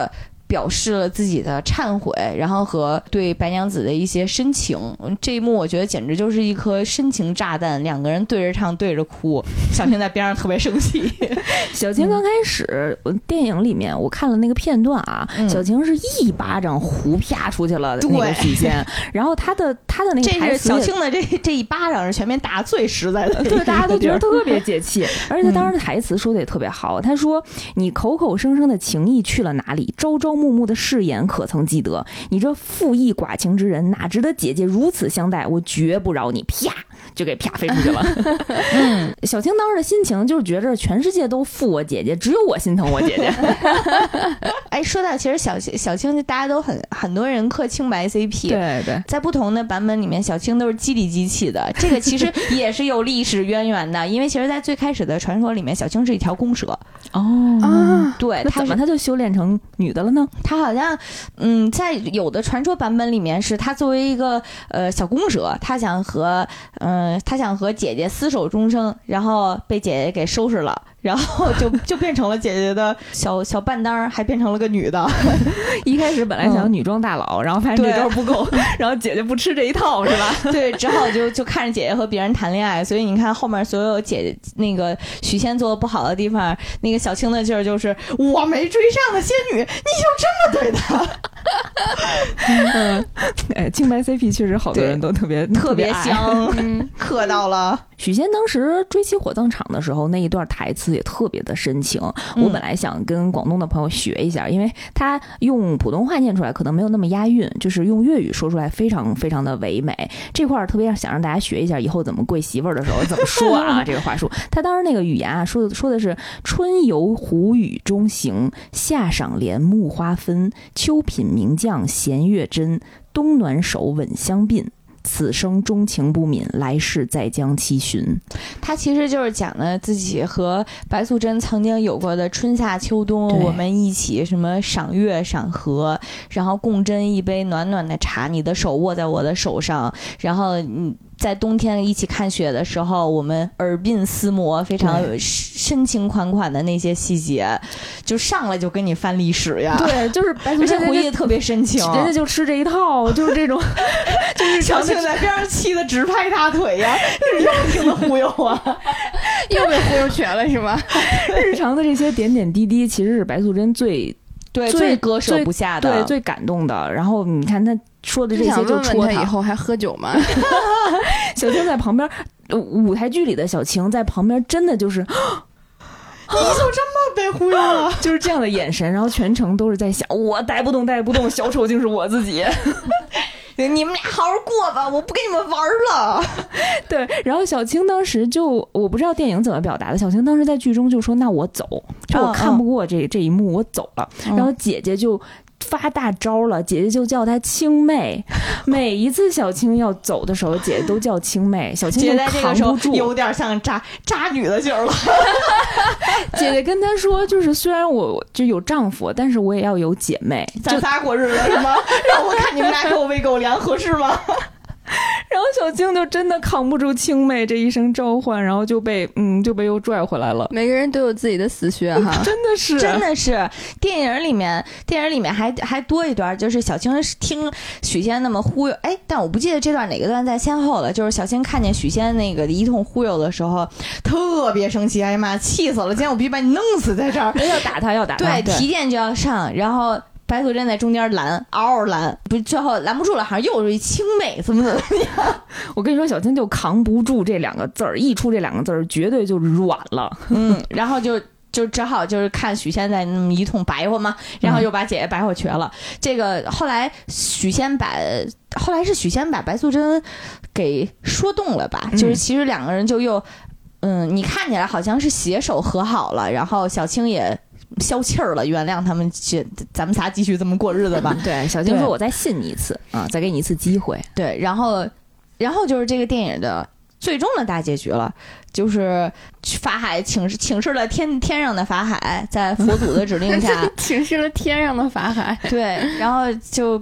表示了自己的忏悔，然后和对白娘子的一些深情。这一幕我觉得简直就是一颗深情炸弹，两个人对着唱对着哭，小青在边上特别生气。 小青刚开始电影里面我看了那个片段啊，小青是一巴掌胡啪出去了那个许仙，然后他的那个台词， 这是小青的这一巴掌是全面打最实在的， 对，大家都觉得特别解气。而且他当时台词说的也特别好，他说你口口声声的情意去了哪里，朝朝暮暮的誓言可曾记得，你这负义寡情之人，哪值得姐姐如此相待，我绝不饶你。啪就给啪飞出去了。小青当时的心情就是觉着全世界都负我姐姐，只有我心疼我姐姐。 哎，说到其实小青大家都很多人磕青白 CP， 对对， 在不同的版本里面小青都是机里机气的，这个其实也是有历史渊源的。因为其实在最开始的传说里面，小青是一条公蛇。对， 那怎么她就修炼成女的了呢？ 她好像在有的传说版本里面是她作为一个小公蛇，她想和姐姐厮守终生，然后被姐姐给收拾了，然后就变成了姐姐的小伴当，还变成了个女的。 一开始本来想女装大佬，然后发现这招不够，然后姐姐不吃这一套是吧？ 对，只好就看着姐姐和别人谈恋爱。所以你看后面所有姐姐那个许仙做的不好的地方，那个小青的劲儿就是我没追上的仙女，你就这么对她。 哎，青白 CP 确实好多人都特别香，磕到了。 许仙当时追妻火葬场的时候，那一段台词也特别的深情。我本来想跟广东的朋友学一下，因为他用普通话念出来可能没有那么押韵，就是用粤语说出来非常非常的唯美。这块特别想让大家学一下，以后怎么跪媳妇儿的时候怎么说啊？这个话术，他当时那个语言啊，说的是春游湖雨中行，夏赏莲木花分，秋品名将弦月真，冬暖手吻香鬓。此生钟情不泯，来世再将期寻。 他其实就是讲了自己和白素贞曾经有过的春夏秋冬，我们一起什么赏月赏荷，然后共斟一杯暖暖的茶，你的手握在我的手上，然后在冬天一起看雪的时候，我们耳鬓厮磨，非常深情款款的那些细节，就上来就跟你翻历史呀。 对，就是白素贞回忆特别深情， 人家就吃这一套，就是这种，就是小青在边上气得直拍大腿呀，又听了忽悠啊， 又被忽悠全了是吗？ 日常的这些点点滴滴，其实是白素贞最割舍不下的， 对，最感动的。然后你看他说的这些就戳他以后还喝酒吗？ 小青在旁边，舞台剧里的小青在旁边真的就是，你就这么被忽悠了， 就是这样的眼神，然后全程都是在想，我带不动，小丑竟是我自己。 你们俩好好过吧，我不跟你们玩了。 对，然后小青当时就，我不知道电影怎么表达的，小青当时在剧中就说：“那我走，就我看不过这一幕，我走了。”然后姐姐就发大招了，姐姐就叫她青妹。每一次小青要走的时候，姐姐都叫青妹，小青就扛不住， 有点像渣女的劲儿了。 姐姐跟她说，就是虽然我就有丈夫，但是我也要有姐妹， 咱仨过日子是吗？让我看你们俩狗喂狗粮合适吗？ 然后小青就真的扛不住青妹这一声召唤，然后就被又拽回来了。 每个人都有自己的死穴哈， 真的是电影里面还多一段，就是小青听许仙那么忽悠，哎，但我不记得这段哪个段在先后了。就是小青看见许仙那个一通忽悠的时候，特别生气，哎呀妈，气死了！今天我必须把你弄死在这儿， 要打他， 对，提剑就要上，然后白素贞在中间拦，嗷嗷拦，不，最后拦不住了，好像又是一青妹，怎么样？ 我跟你说，小青就扛不住这两个字儿，一出这两个字儿，绝对就软了。 然后就只好就是看许仙在那么一通白话嘛，然后又把姐姐白话瘸了。这个后来是许仙把白素贞给说动了吧？就是其实两个人就又你看起来好像是携手和好了，然后小青也消气儿了，原谅他们，咱们仨继续这么过日子吧。 对，小青说：“我再信你一次啊，再给你一次机会。” 对，然后就是这个电影的最终的大结局了，就是法海请示了天上的法海，在佛祖的指令下请示了天上的法海。 对，然后就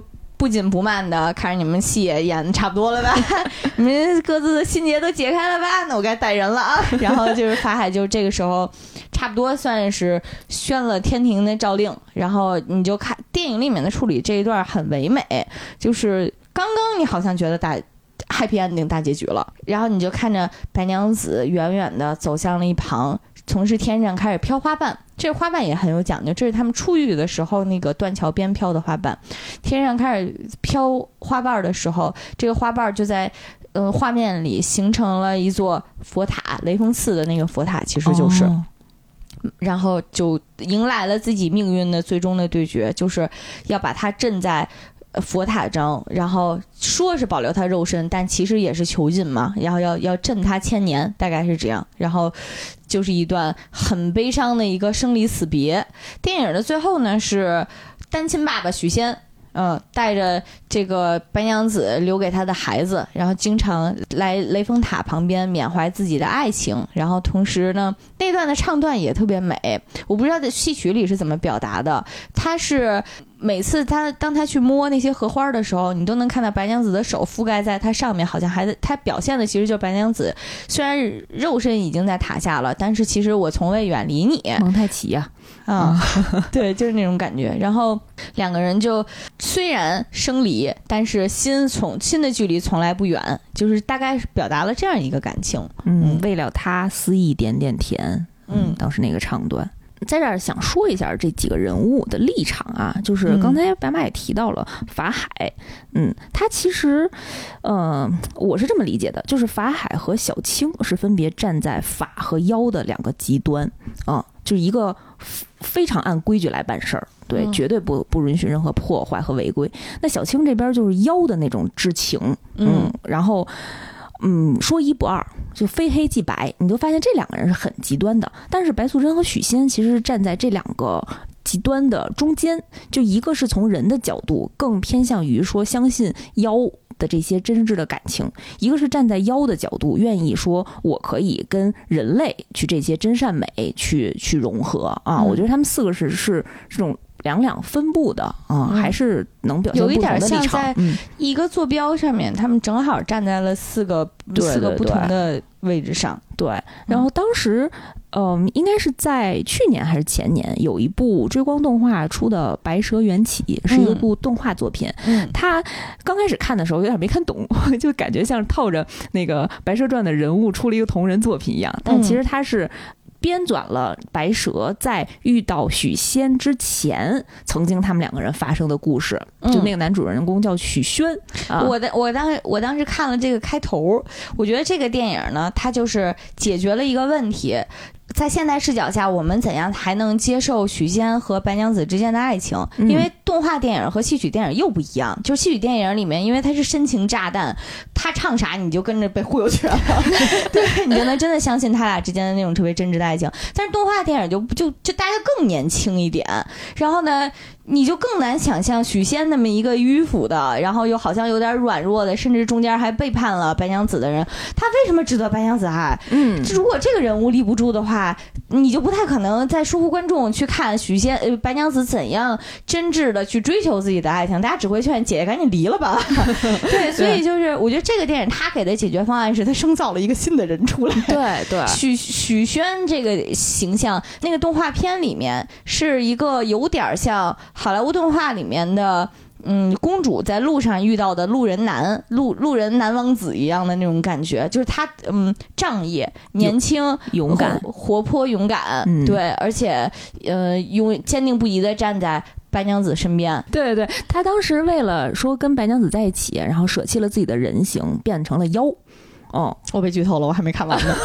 不紧不慢的看着你们戏演差不多了吧，你们各自的心结都解开了吧，那我该带人了啊。然后就是法海就这个时候差不多算是宣了天庭的诏令，然后你就看电影里面的处理这一段很唯美，就是刚刚你好像觉得happy ending 大结局了，然后你就看着白娘子远远的走向了一旁，从是天上开始飘花瓣，这花瓣也很有讲究，这是他们出狱的时候那个断桥边飘的花瓣，天上开始飘花瓣的时候，这个花瓣就在画面里形成了一座佛塔，雷锋寺的那个佛塔其实就是、然后就迎来了自己命运的最终的对决，就是要把它镇在佛塔上，然后说是保留他肉身，但其实也是囚禁嘛，然后要镇他1000年，大概是这样。然后就是一段很悲伤的一个生离死别。电影的最后呢，是单亲爸爸许仙带着这个白娘子留给他的孩子，然后经常来雷峰塔旁边缅怀自己的爱情，然后同时呢，那段的唱段也特别美。我不知道在戏曲里是怎么表达的，他是每次当他去摸那些荷花的时候，你都能看到白娘子的手覆盖在它上面，好像他表现的其实就是白娘子虽然肉身已经在塔下了，但是其实我从未远离你。 蒙太奇呀、 对，就是那种感觉。然后两个人就虽然生离，但是心的距离从来不远，就是大概是表达了这样一个感情。 为了他思一点点甜。当时那个唱段。在这儿想说一下这几个人物的立场啊，就是刚才白马也提到了法海，他其实，我是这么理解的，就是法海和小青是分别站在法和妖的两个极端啊，就是一个非常按规矩来办事儿，对，绝对不允许任何破坏和违规。那小青这边就是妖的那种知情，然后。说一不二，就非黑即白，你就发现这两个人是很极端的。但是白素贞和许仙其实是站在这两个极端的中间，就一个是从人的角度更偏向于说相信妖的这些真挚的感情，一个是站在妖的角度，愿意说我可以跟人类去这些真善美去融合啊。我觉得他们4个是这种两分布的啊，还是能表现不同的立场。有一点像在一个坐标上面，他们正好站在了四个不同的位置上。 对，然后当时应该是在去年还是前年，有一部追光动画出的《白蛇缘起》，是一部动画作品。他刚开始看的时候有点没看懂，就感觉像套着那个《白蛇传》的人物出了一个同人作品一样，但其实他是编纂了白蛇在遇到许仙之前，曾经他们两个人发生的故事。就那个男主人公叫许宣。 我当时看了这个开头，我觉得这个电影呢，它就是解决了一个问题。在现代视角下，我们怎样还能接受许仙和白娘子之间的爱情？因为动画电影和戏曲电影又不一样。就是戏曲电影里面，因为它是深情炸弹，他唱啥你就跟着被忽悠去了，对，你就能真的相信他俩之间的那种特别真挚的爱情。但是动画电影就大家更年轻一点，然后呢，你就更难想象许仙那么一个迂腐的，然后又好像有点软弱的，甚至中间还背叛了白娘子的人，他为什么值得白娘子爱？如果这个人物立不住的话，你就不太可能再说服观众去看白娘子怎样真挚的去追求自己的爱情，大家只会劝姐姐赶紧离了吧。对，所以就是我觉得这个电影他给的解决方案是他生造了一个新的人出来。 对， 许宣这个形象，那个动画片里面是一个有点像好莱坞动画里面的公主在路上遇到的路人男王子一样的那种感觉，就是他仗义、年轻、 勇敢、 活泼、勇敢，对，而且坚定不移的站在白娘子身边。 对，他当时为了说跟白娘子在一起，然后舍弃了自己的人形，变成了妖。 我被剧透了，我还没看完呢。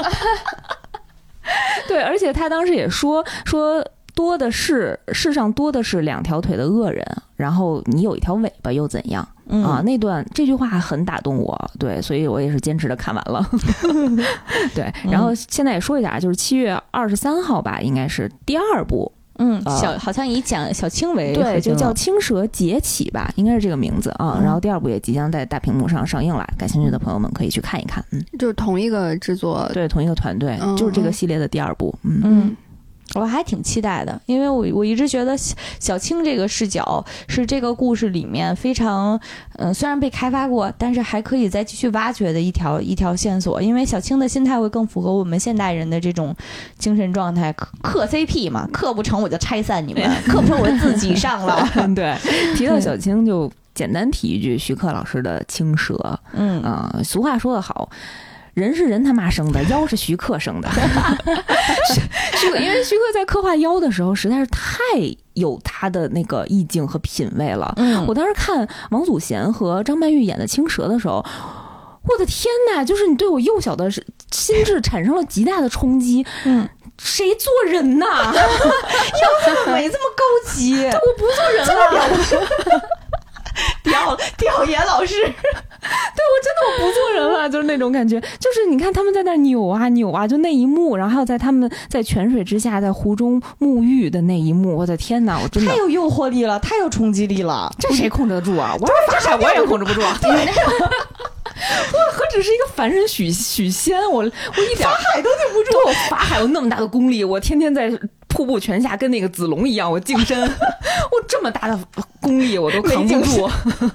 对，而且他当时也说世上多的是2条腿的恶人，然后你有1条尾巴又怎样？这句话很打动我，对，所以我也是坚持的看完了。对，然后现在也说一下，就是7月23号吧，应该是第2部。 好像以讲小青为对，就叫青蛇劫起吧，应该是这个名字啊。然后第2部也即将在大屏幕上上映了，感兴趣的朋友们可以去看一看。 就是同一个制作， 对，同一个团队，就是这个系列的第2部。 我还挺期待的，因为我一直觉得小青这个视角是这个故事里面非常虽然被开发过，但是还可以再继续挖掘的一条线索。因为小青的心态会更符合我们现代人的这种精神状态，磕 CP 嘛，磕不成我就拆散你们，磕不成我自己上了。 对，提到小青就简单提一句徐克老师的青蛇，俗话说得好，人是人他妈生的，妖是徐克生的。徐克，因为徐克在刻画妖的时候实在是太有他的那个意境和品味了。我当时看王祖贤和张曼玉演的青蛇的时候，我的天哪，就是你对我幼小的心智产生了极大的冲击。谁做人呐？ 要这么美，这么高级， 我不做人了。 屌爷老师，对， 我不做人了，就是那种感觉。就是你看他们在那扭啊扭啊，就那一幕，然后还有在他们在泉水之下在湖中沐浴的那一幕，我的天哪，我真的太有诱惑力了，太有冲击力了， 这谁控制得住啊？我也控制不住。我何止是一个凡人许仙，我一点法海都顶不住。 我法海有那么大的功力，我天天在瀑布泉下跟那个子龙一样，我净身，我这么大的功力我都扛不住。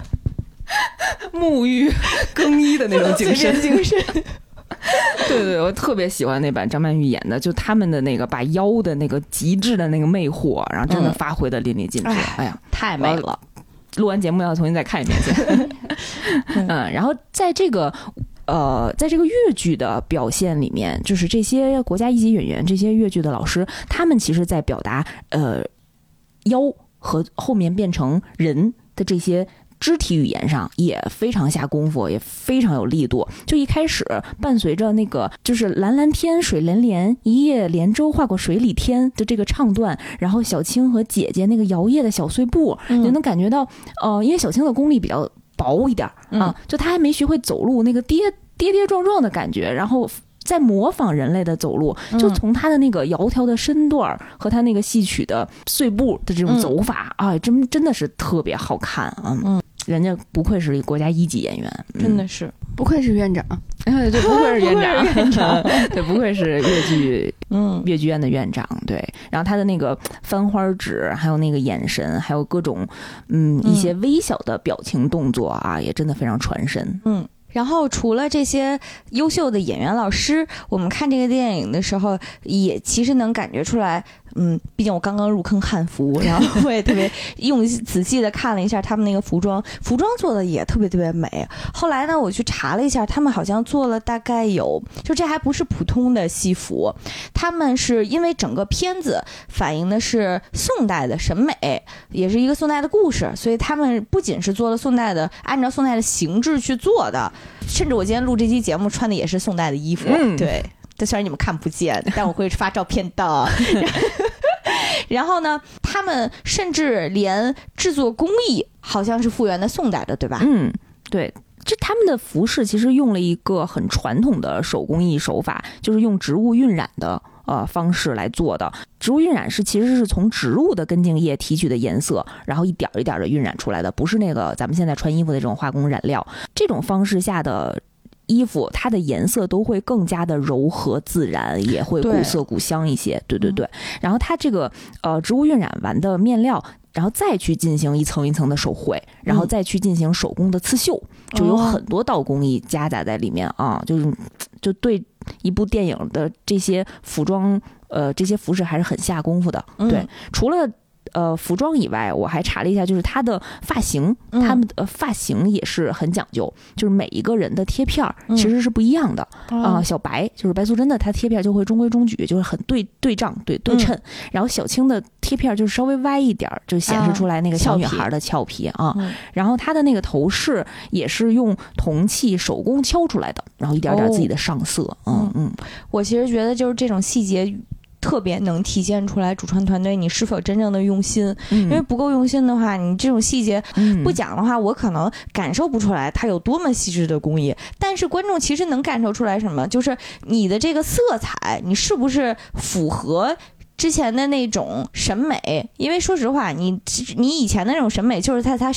沐浴更衣的那种精神。对，我特别喜欢那版张曼玉演的，就他们的那个把妖的那个极致的那个魅惑，然后真的发挥的淋漓尽致。哎呀， 太美了！ 录完节目要重新再看一遍去。然后在这个粤剧的表现里面，就是这些国家一级演员，这些粤剧的老师，他们其实在表达妖和后面变成人的这些肢体语言上也非常下功夫，也非常有力度。就一开始伴随着那个就是蓝蓝天水连连，一叶连舟划过水里天的这个唱段，然后小青和姐姐那个摇曳的小碎步，你就能感觉到因为小青的功力比较薄一点啊，就她还没学会走路那个跌撞撞的感觉，然后在模仿人类的走路，就从他的那个窈窕的身段和他那个戏曲的碎步的这种走法，真的是特别好看啊！人家不愧是国家一级演员， 真的是不愧是院长， 对，不愧是院长，对，不愧是粤剧院的院长，对。然后他的那个翻花指，还有那个眼神，还有各种一些微小的表情动作啊，也真的非常传神。 然后除了这些优秀的演员老师，我们看这个电影的时候，也其实能感觉出来，毕竟我刚刚入坑汉服，然后我也特别仔细的看了一下他们那个服装做的也特别特别美。后来呢，我去查了一下，他们好像做了大概有，就这还不是普通的戏服，他们是因为整个片子反映的是宋代的审美，也是一个宋代的故事，所以他们不仅是做了按照宋代的形制去做的，甚至我今天录这期节目穿的也是宋代的衣服，对。但虽然你们看不见，但我会发照片的。然后呢，他们甚至连制作工艺好像是复原的宋代的，对吧？ 对。这他们的服饰其实用了一个很传统的手工艺手法，就是用植物晕染的方式来做的。植物晕染其实是从植物的根茎叶提取的颜色，然后一点一点的晕染出来的，不是那个咱们现在穿衣服的这种化工染料。这种方式下的衣服，它的颜色都会更加的柔和自然，也会古色古香一些。对。然后它这个植物晕染完的面料，然后再去进行一层一层的手绘，然后再去进行手工的刺绣，就有很多道工艺夹杂在里面啊，就对一部电影的这些服装这些服饰还是很下功夫的。对，除了服装以外，我还查了一下，就是他的发型，他们的发型也是很讲究，就是每一个人的贴片其实是不一样的小白就是白素贞的，她贴片就会中规中矩，就是很对仗对称，然后小青的贴片就是稍微歪一点，就显示出来那个小女孩的俏皮啊。然后她的那个头饰也是用铜器手工敲出来的，然后一点点自己的上色。 我其实觉得就是这种细节特别能体现出来主创团队你是否真正的用心，因为不够用心的话，你这种细节不讲的话，我可能感受不出来它有多么细致的工艺，但是观众其实能感受出来什么，就是你的这个色彩你是不是符合之前的那种审美。因为说实话，你以前的那种审美就是在它是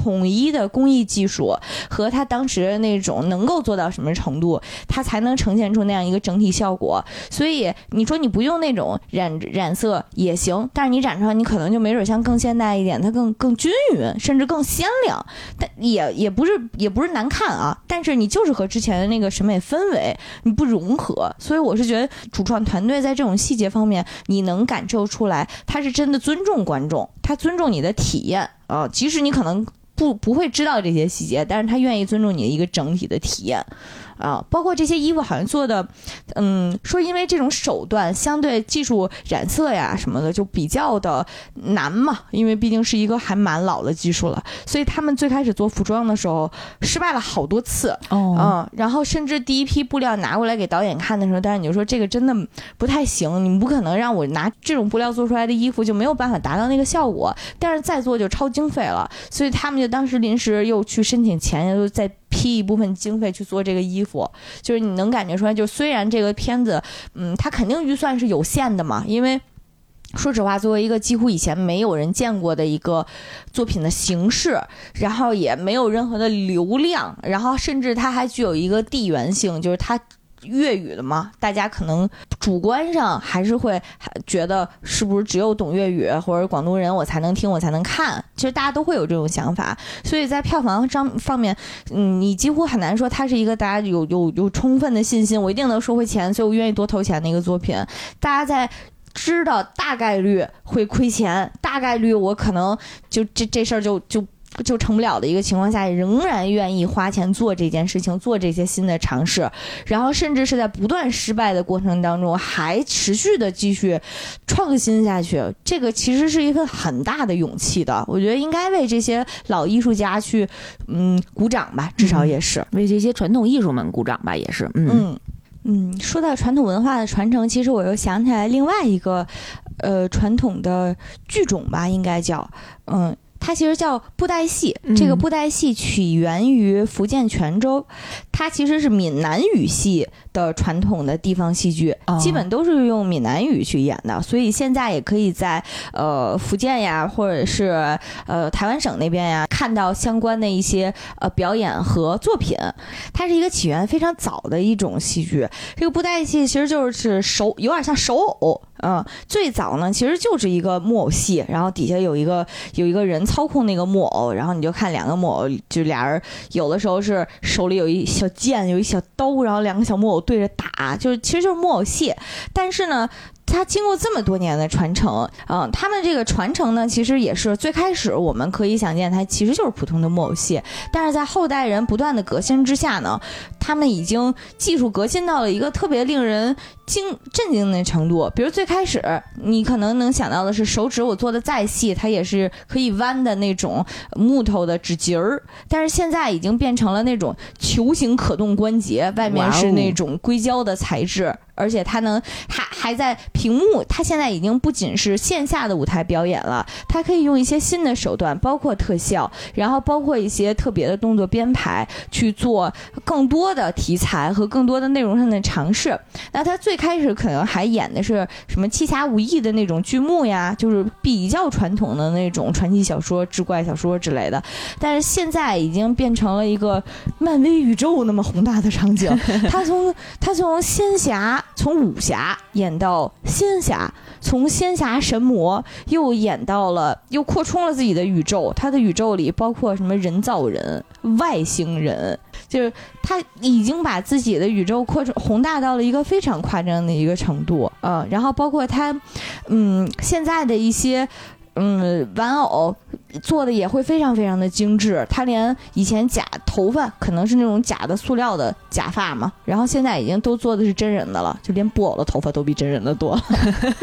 统一的工艺技术和它当时那种能够做到什么程度，它才能呈现出那样一个整体效果。所以你说你不用那种染色也行，但是你染出来你可能就没准像更现代一点，它更均匀，甚至更鲜亮，但也不是难看啊，但是你就是和之前的那个审美氛围你不融合。所以我是觉得主创团队在这种细节方面你能感受出来他是真的尊重观众，他尊重你的体验啊，即使你可能不会知道这些细节，但是他愿意尊重你的一个整体的体验啊。包括这些衣服好像做的说因为这种手段相对技术染色呀什么的就比较的难嘛，因为毕竟是一个还蛮老的技术了，所以他们最开始做服装的时候失败了好多次然后甚至第一批布料拿过来给导演看的时候，但是你就说这个真的不太行，你们不可能让我拿这种布料做出来的衣服就没有办法达到那个效果，但是再做就超经费了，所以他们就当时临时又去申请钱，又再批一部分经费去做这个衣服。就是你能感觉出来，就虽然这个片子它肯定预算是有限的嘛，因为说实话作为一个几乎以前没有人见过的一个作品的形式，然后也没有任何的流量，然后甚至它还具有一个地缘性，就是它粤语的嘛，大家可能主观上还是会觉得是不是只有懂粤语或者广东人我才能听我才能看，其实大家都会有这种想法。所以在票房方面你几乎很难说它是一个大家有充分的信心我一定能收回钱所以我愿意多投钱的一个作品。大家在知道大概率会亏钱，大概率我可能就这事儿就成不了的一个情况下，仍然愿意花钱做这件事情，做这些新的尝试，然后甚至是在不断失败的过程当中还持续的继续创新下去，这个其实是一份很大的勇气的。我觉得应该为这些老艺术家去鼓掌吧，至少也是为这些传统艺术们鼓掌吧，也是说到传统文化的传承，其实我又想起来另外一个传统的剧种吧，应该叫它其实叫布袋戏，这个布袋戏起源于福建泉州，它其实是闽南语系的传统的地方戏剧，基本都是用闽南语去演的，所以现在也可以在福建呀，或者是台湾省那边呀看到相关的一些表演和作品。它是一个起源非常早的一种戏剧，这个布袋戏其实就是有点像手偶。最早呢其实就是一个木偶戏，然后底下有一个人操控那个木偶，然后你就看两个木偶，就俩人有的时候是手里有一小剑有一小刀，然后两个小木偶对着打，其实就是木偶戏。但是呢它经过这么多年的传承他们这个传承呢其实也是最开始我们可以想见它其实就是普通的木偶戏，但是在后代人不断的革新之下呢，他们已经技术革新到了一个特别令人震惊的程度。比如最开始你可能能想到的是手指我做的再细它也是可以弯的那种木头的指节儿，但是现在已经变成了那种球形可动关节，外面是那种硅胶的材质，而且它还在屏幕，它现在已经不仅是线下的舞台表演了，它可以用一些新的手段，包括特效，然后包括一些特别的动作编排去做更多的题材和更多的内容上的尝试。那它最开始可能还演的是什么七侠五义的那种剧目呀，就是比较传统的那种传奇小说、志怪小说之类的，但是现在已经变成了一个漫威宇宙那么宏大的场景。它从仙侠从武侠演到仙侠，从仙侠神魔又演到了又扩充了自己的宇宙，它的宇宙里包括什么人造人、外星人，就是他已经把自己的宇宙宏大到了一个非常夸张的一个程度然后包括他现在的一些玩偶做的也会非常非常的精致，他连以前假头发可能是那种假的塑料的假发嘛，然后现在已经都做的是真人的了，就连布偶的头发都比真人的多了。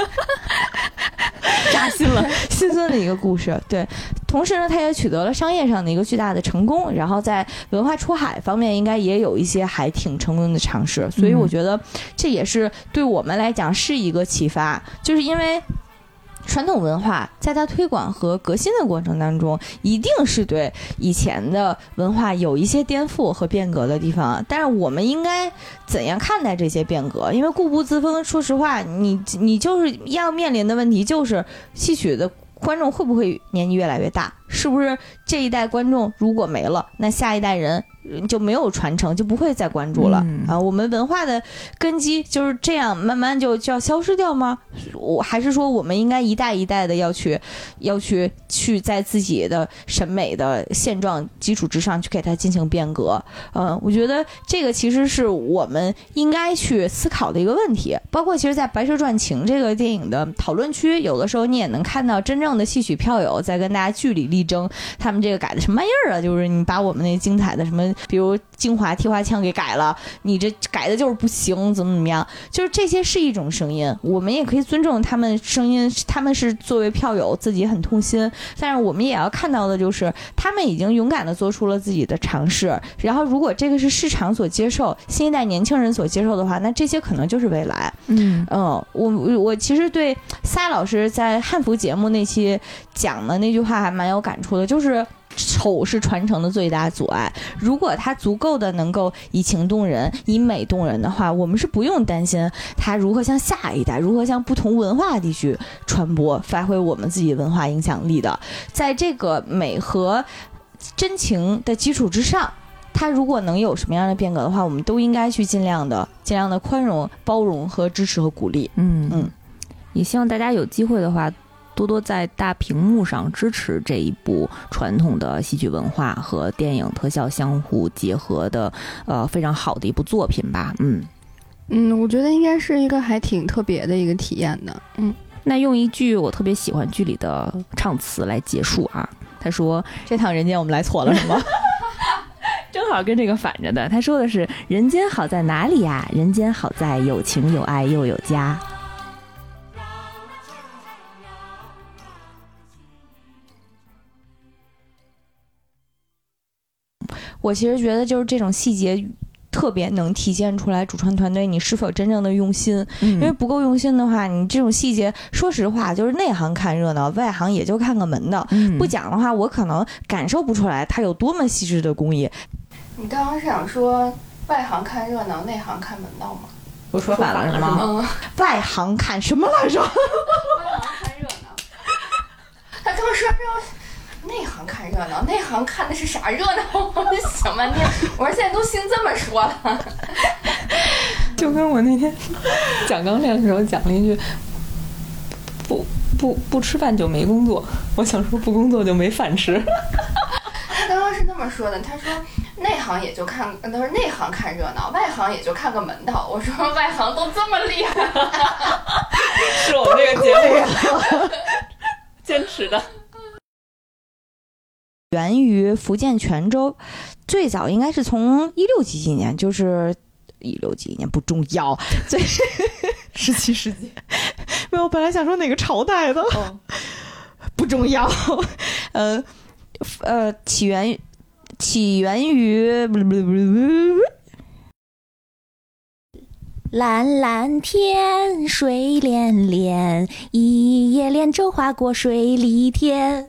扎心了， 心酸的一个故事。对，同时呢他也取得了商业上的一个巨大的成功，然后在文化出海方面应该也有一些还挺成功的尝试，所以我觉得这也是对我们来讲是一个启发，就是因为传统文化在它推广和革新的过程当中一定是对以前的文化有一些颠覆和变革的地方，但是我们应该怎样看待这些变革？因为固步自封说实话你就是要面临的问题就是戏曲的观众会不会年纪越来越大？是不是这一代观众如果没了，那下一代人就没有传承，就不会再关注了、我们文化的根基就是这样慢慢就要消失掉吗？我还是说我们应该一代一代的要去在自己的审美的现状基础之上去给它进行变革？我觉得这个其实是我们应该去思考的一个问题。包括其实在《白蛇传情》这个电影的讨论区，有的时候你也能看到真正的戏曲票友在跟大家据理力争，他们这个改的什么玩意儿啊？就是你把我们那精彩的什么，比如精华替花腔给改了，你这改的就是不行，怎么样？就是这些是一种声音，我们也可以尊重他们声音，他们是作为票友自己很痛心，但是我们也要看到的就是他们已经勇敢的做出了自己的尝试，然后如果这个是市场所接受，新一代年轻人所接受的话，那这些可能就是未来。我其实对撒老师在汉服节目那期讲的那句话还蛮有感触的，就是丑是传承的最大阻碍。如果它足够的能够以情动人、以美动人的话，我们是不用担心它如何向下一代、如何向不同文化地区传播、发挥我们自己文化影响力的。在这个美和真情的基础之上，它如果能有什么样的变革的话，我们都应该去尽量的宽容、包容和支持和鼓励。 也希望大家有机会的话，多多在大屏幕上支持这一部传统的戏剧文化和电影特效相互结合的非常好的一部作品吧。 我觉得应该是一个还挺特别的一个体验的。 那用一句我特别喜欢剧里的唱词来结束啊，他说这趟人间我们来错了什么？ 正好跟这个反着的，他说的是人间好在哪里呀？人间好在有情有爱又有家。 我其实觉得就是这种细节特别能体现出来主创团队你是否真正的用心，因为不够用心的话，你这种细节说实话就是内行看热闹，外行也就看个门道，不讲的话我可能感受不出来它有多么细致的工艺。 你刚刚是想说外行看热闹内行看门道吗？ 我说反了是吗？外行看什么来着？外行看热闹。他刚说内行看热闹，内行看的是啥热闹？我就想半天，我说现在都兴这么说了。 就跟我那天讲钢炼的时候讲了一句，不吃饭就没工作，我想说不工作就没饭吃。 他刚刚是那么说的，他说内行也就看，他说内行看热闹，外行也就看个门道。我说外行都这么厉害， 是我们这个节目坚持的。 源于福建泉州，最早应该是从16几年，就是16几年不重要，最 17世纪。 没有，我本来想说哪个朝代的，不重要。起源于蓝蓝天，水连连，一叶莲舟划过水里天。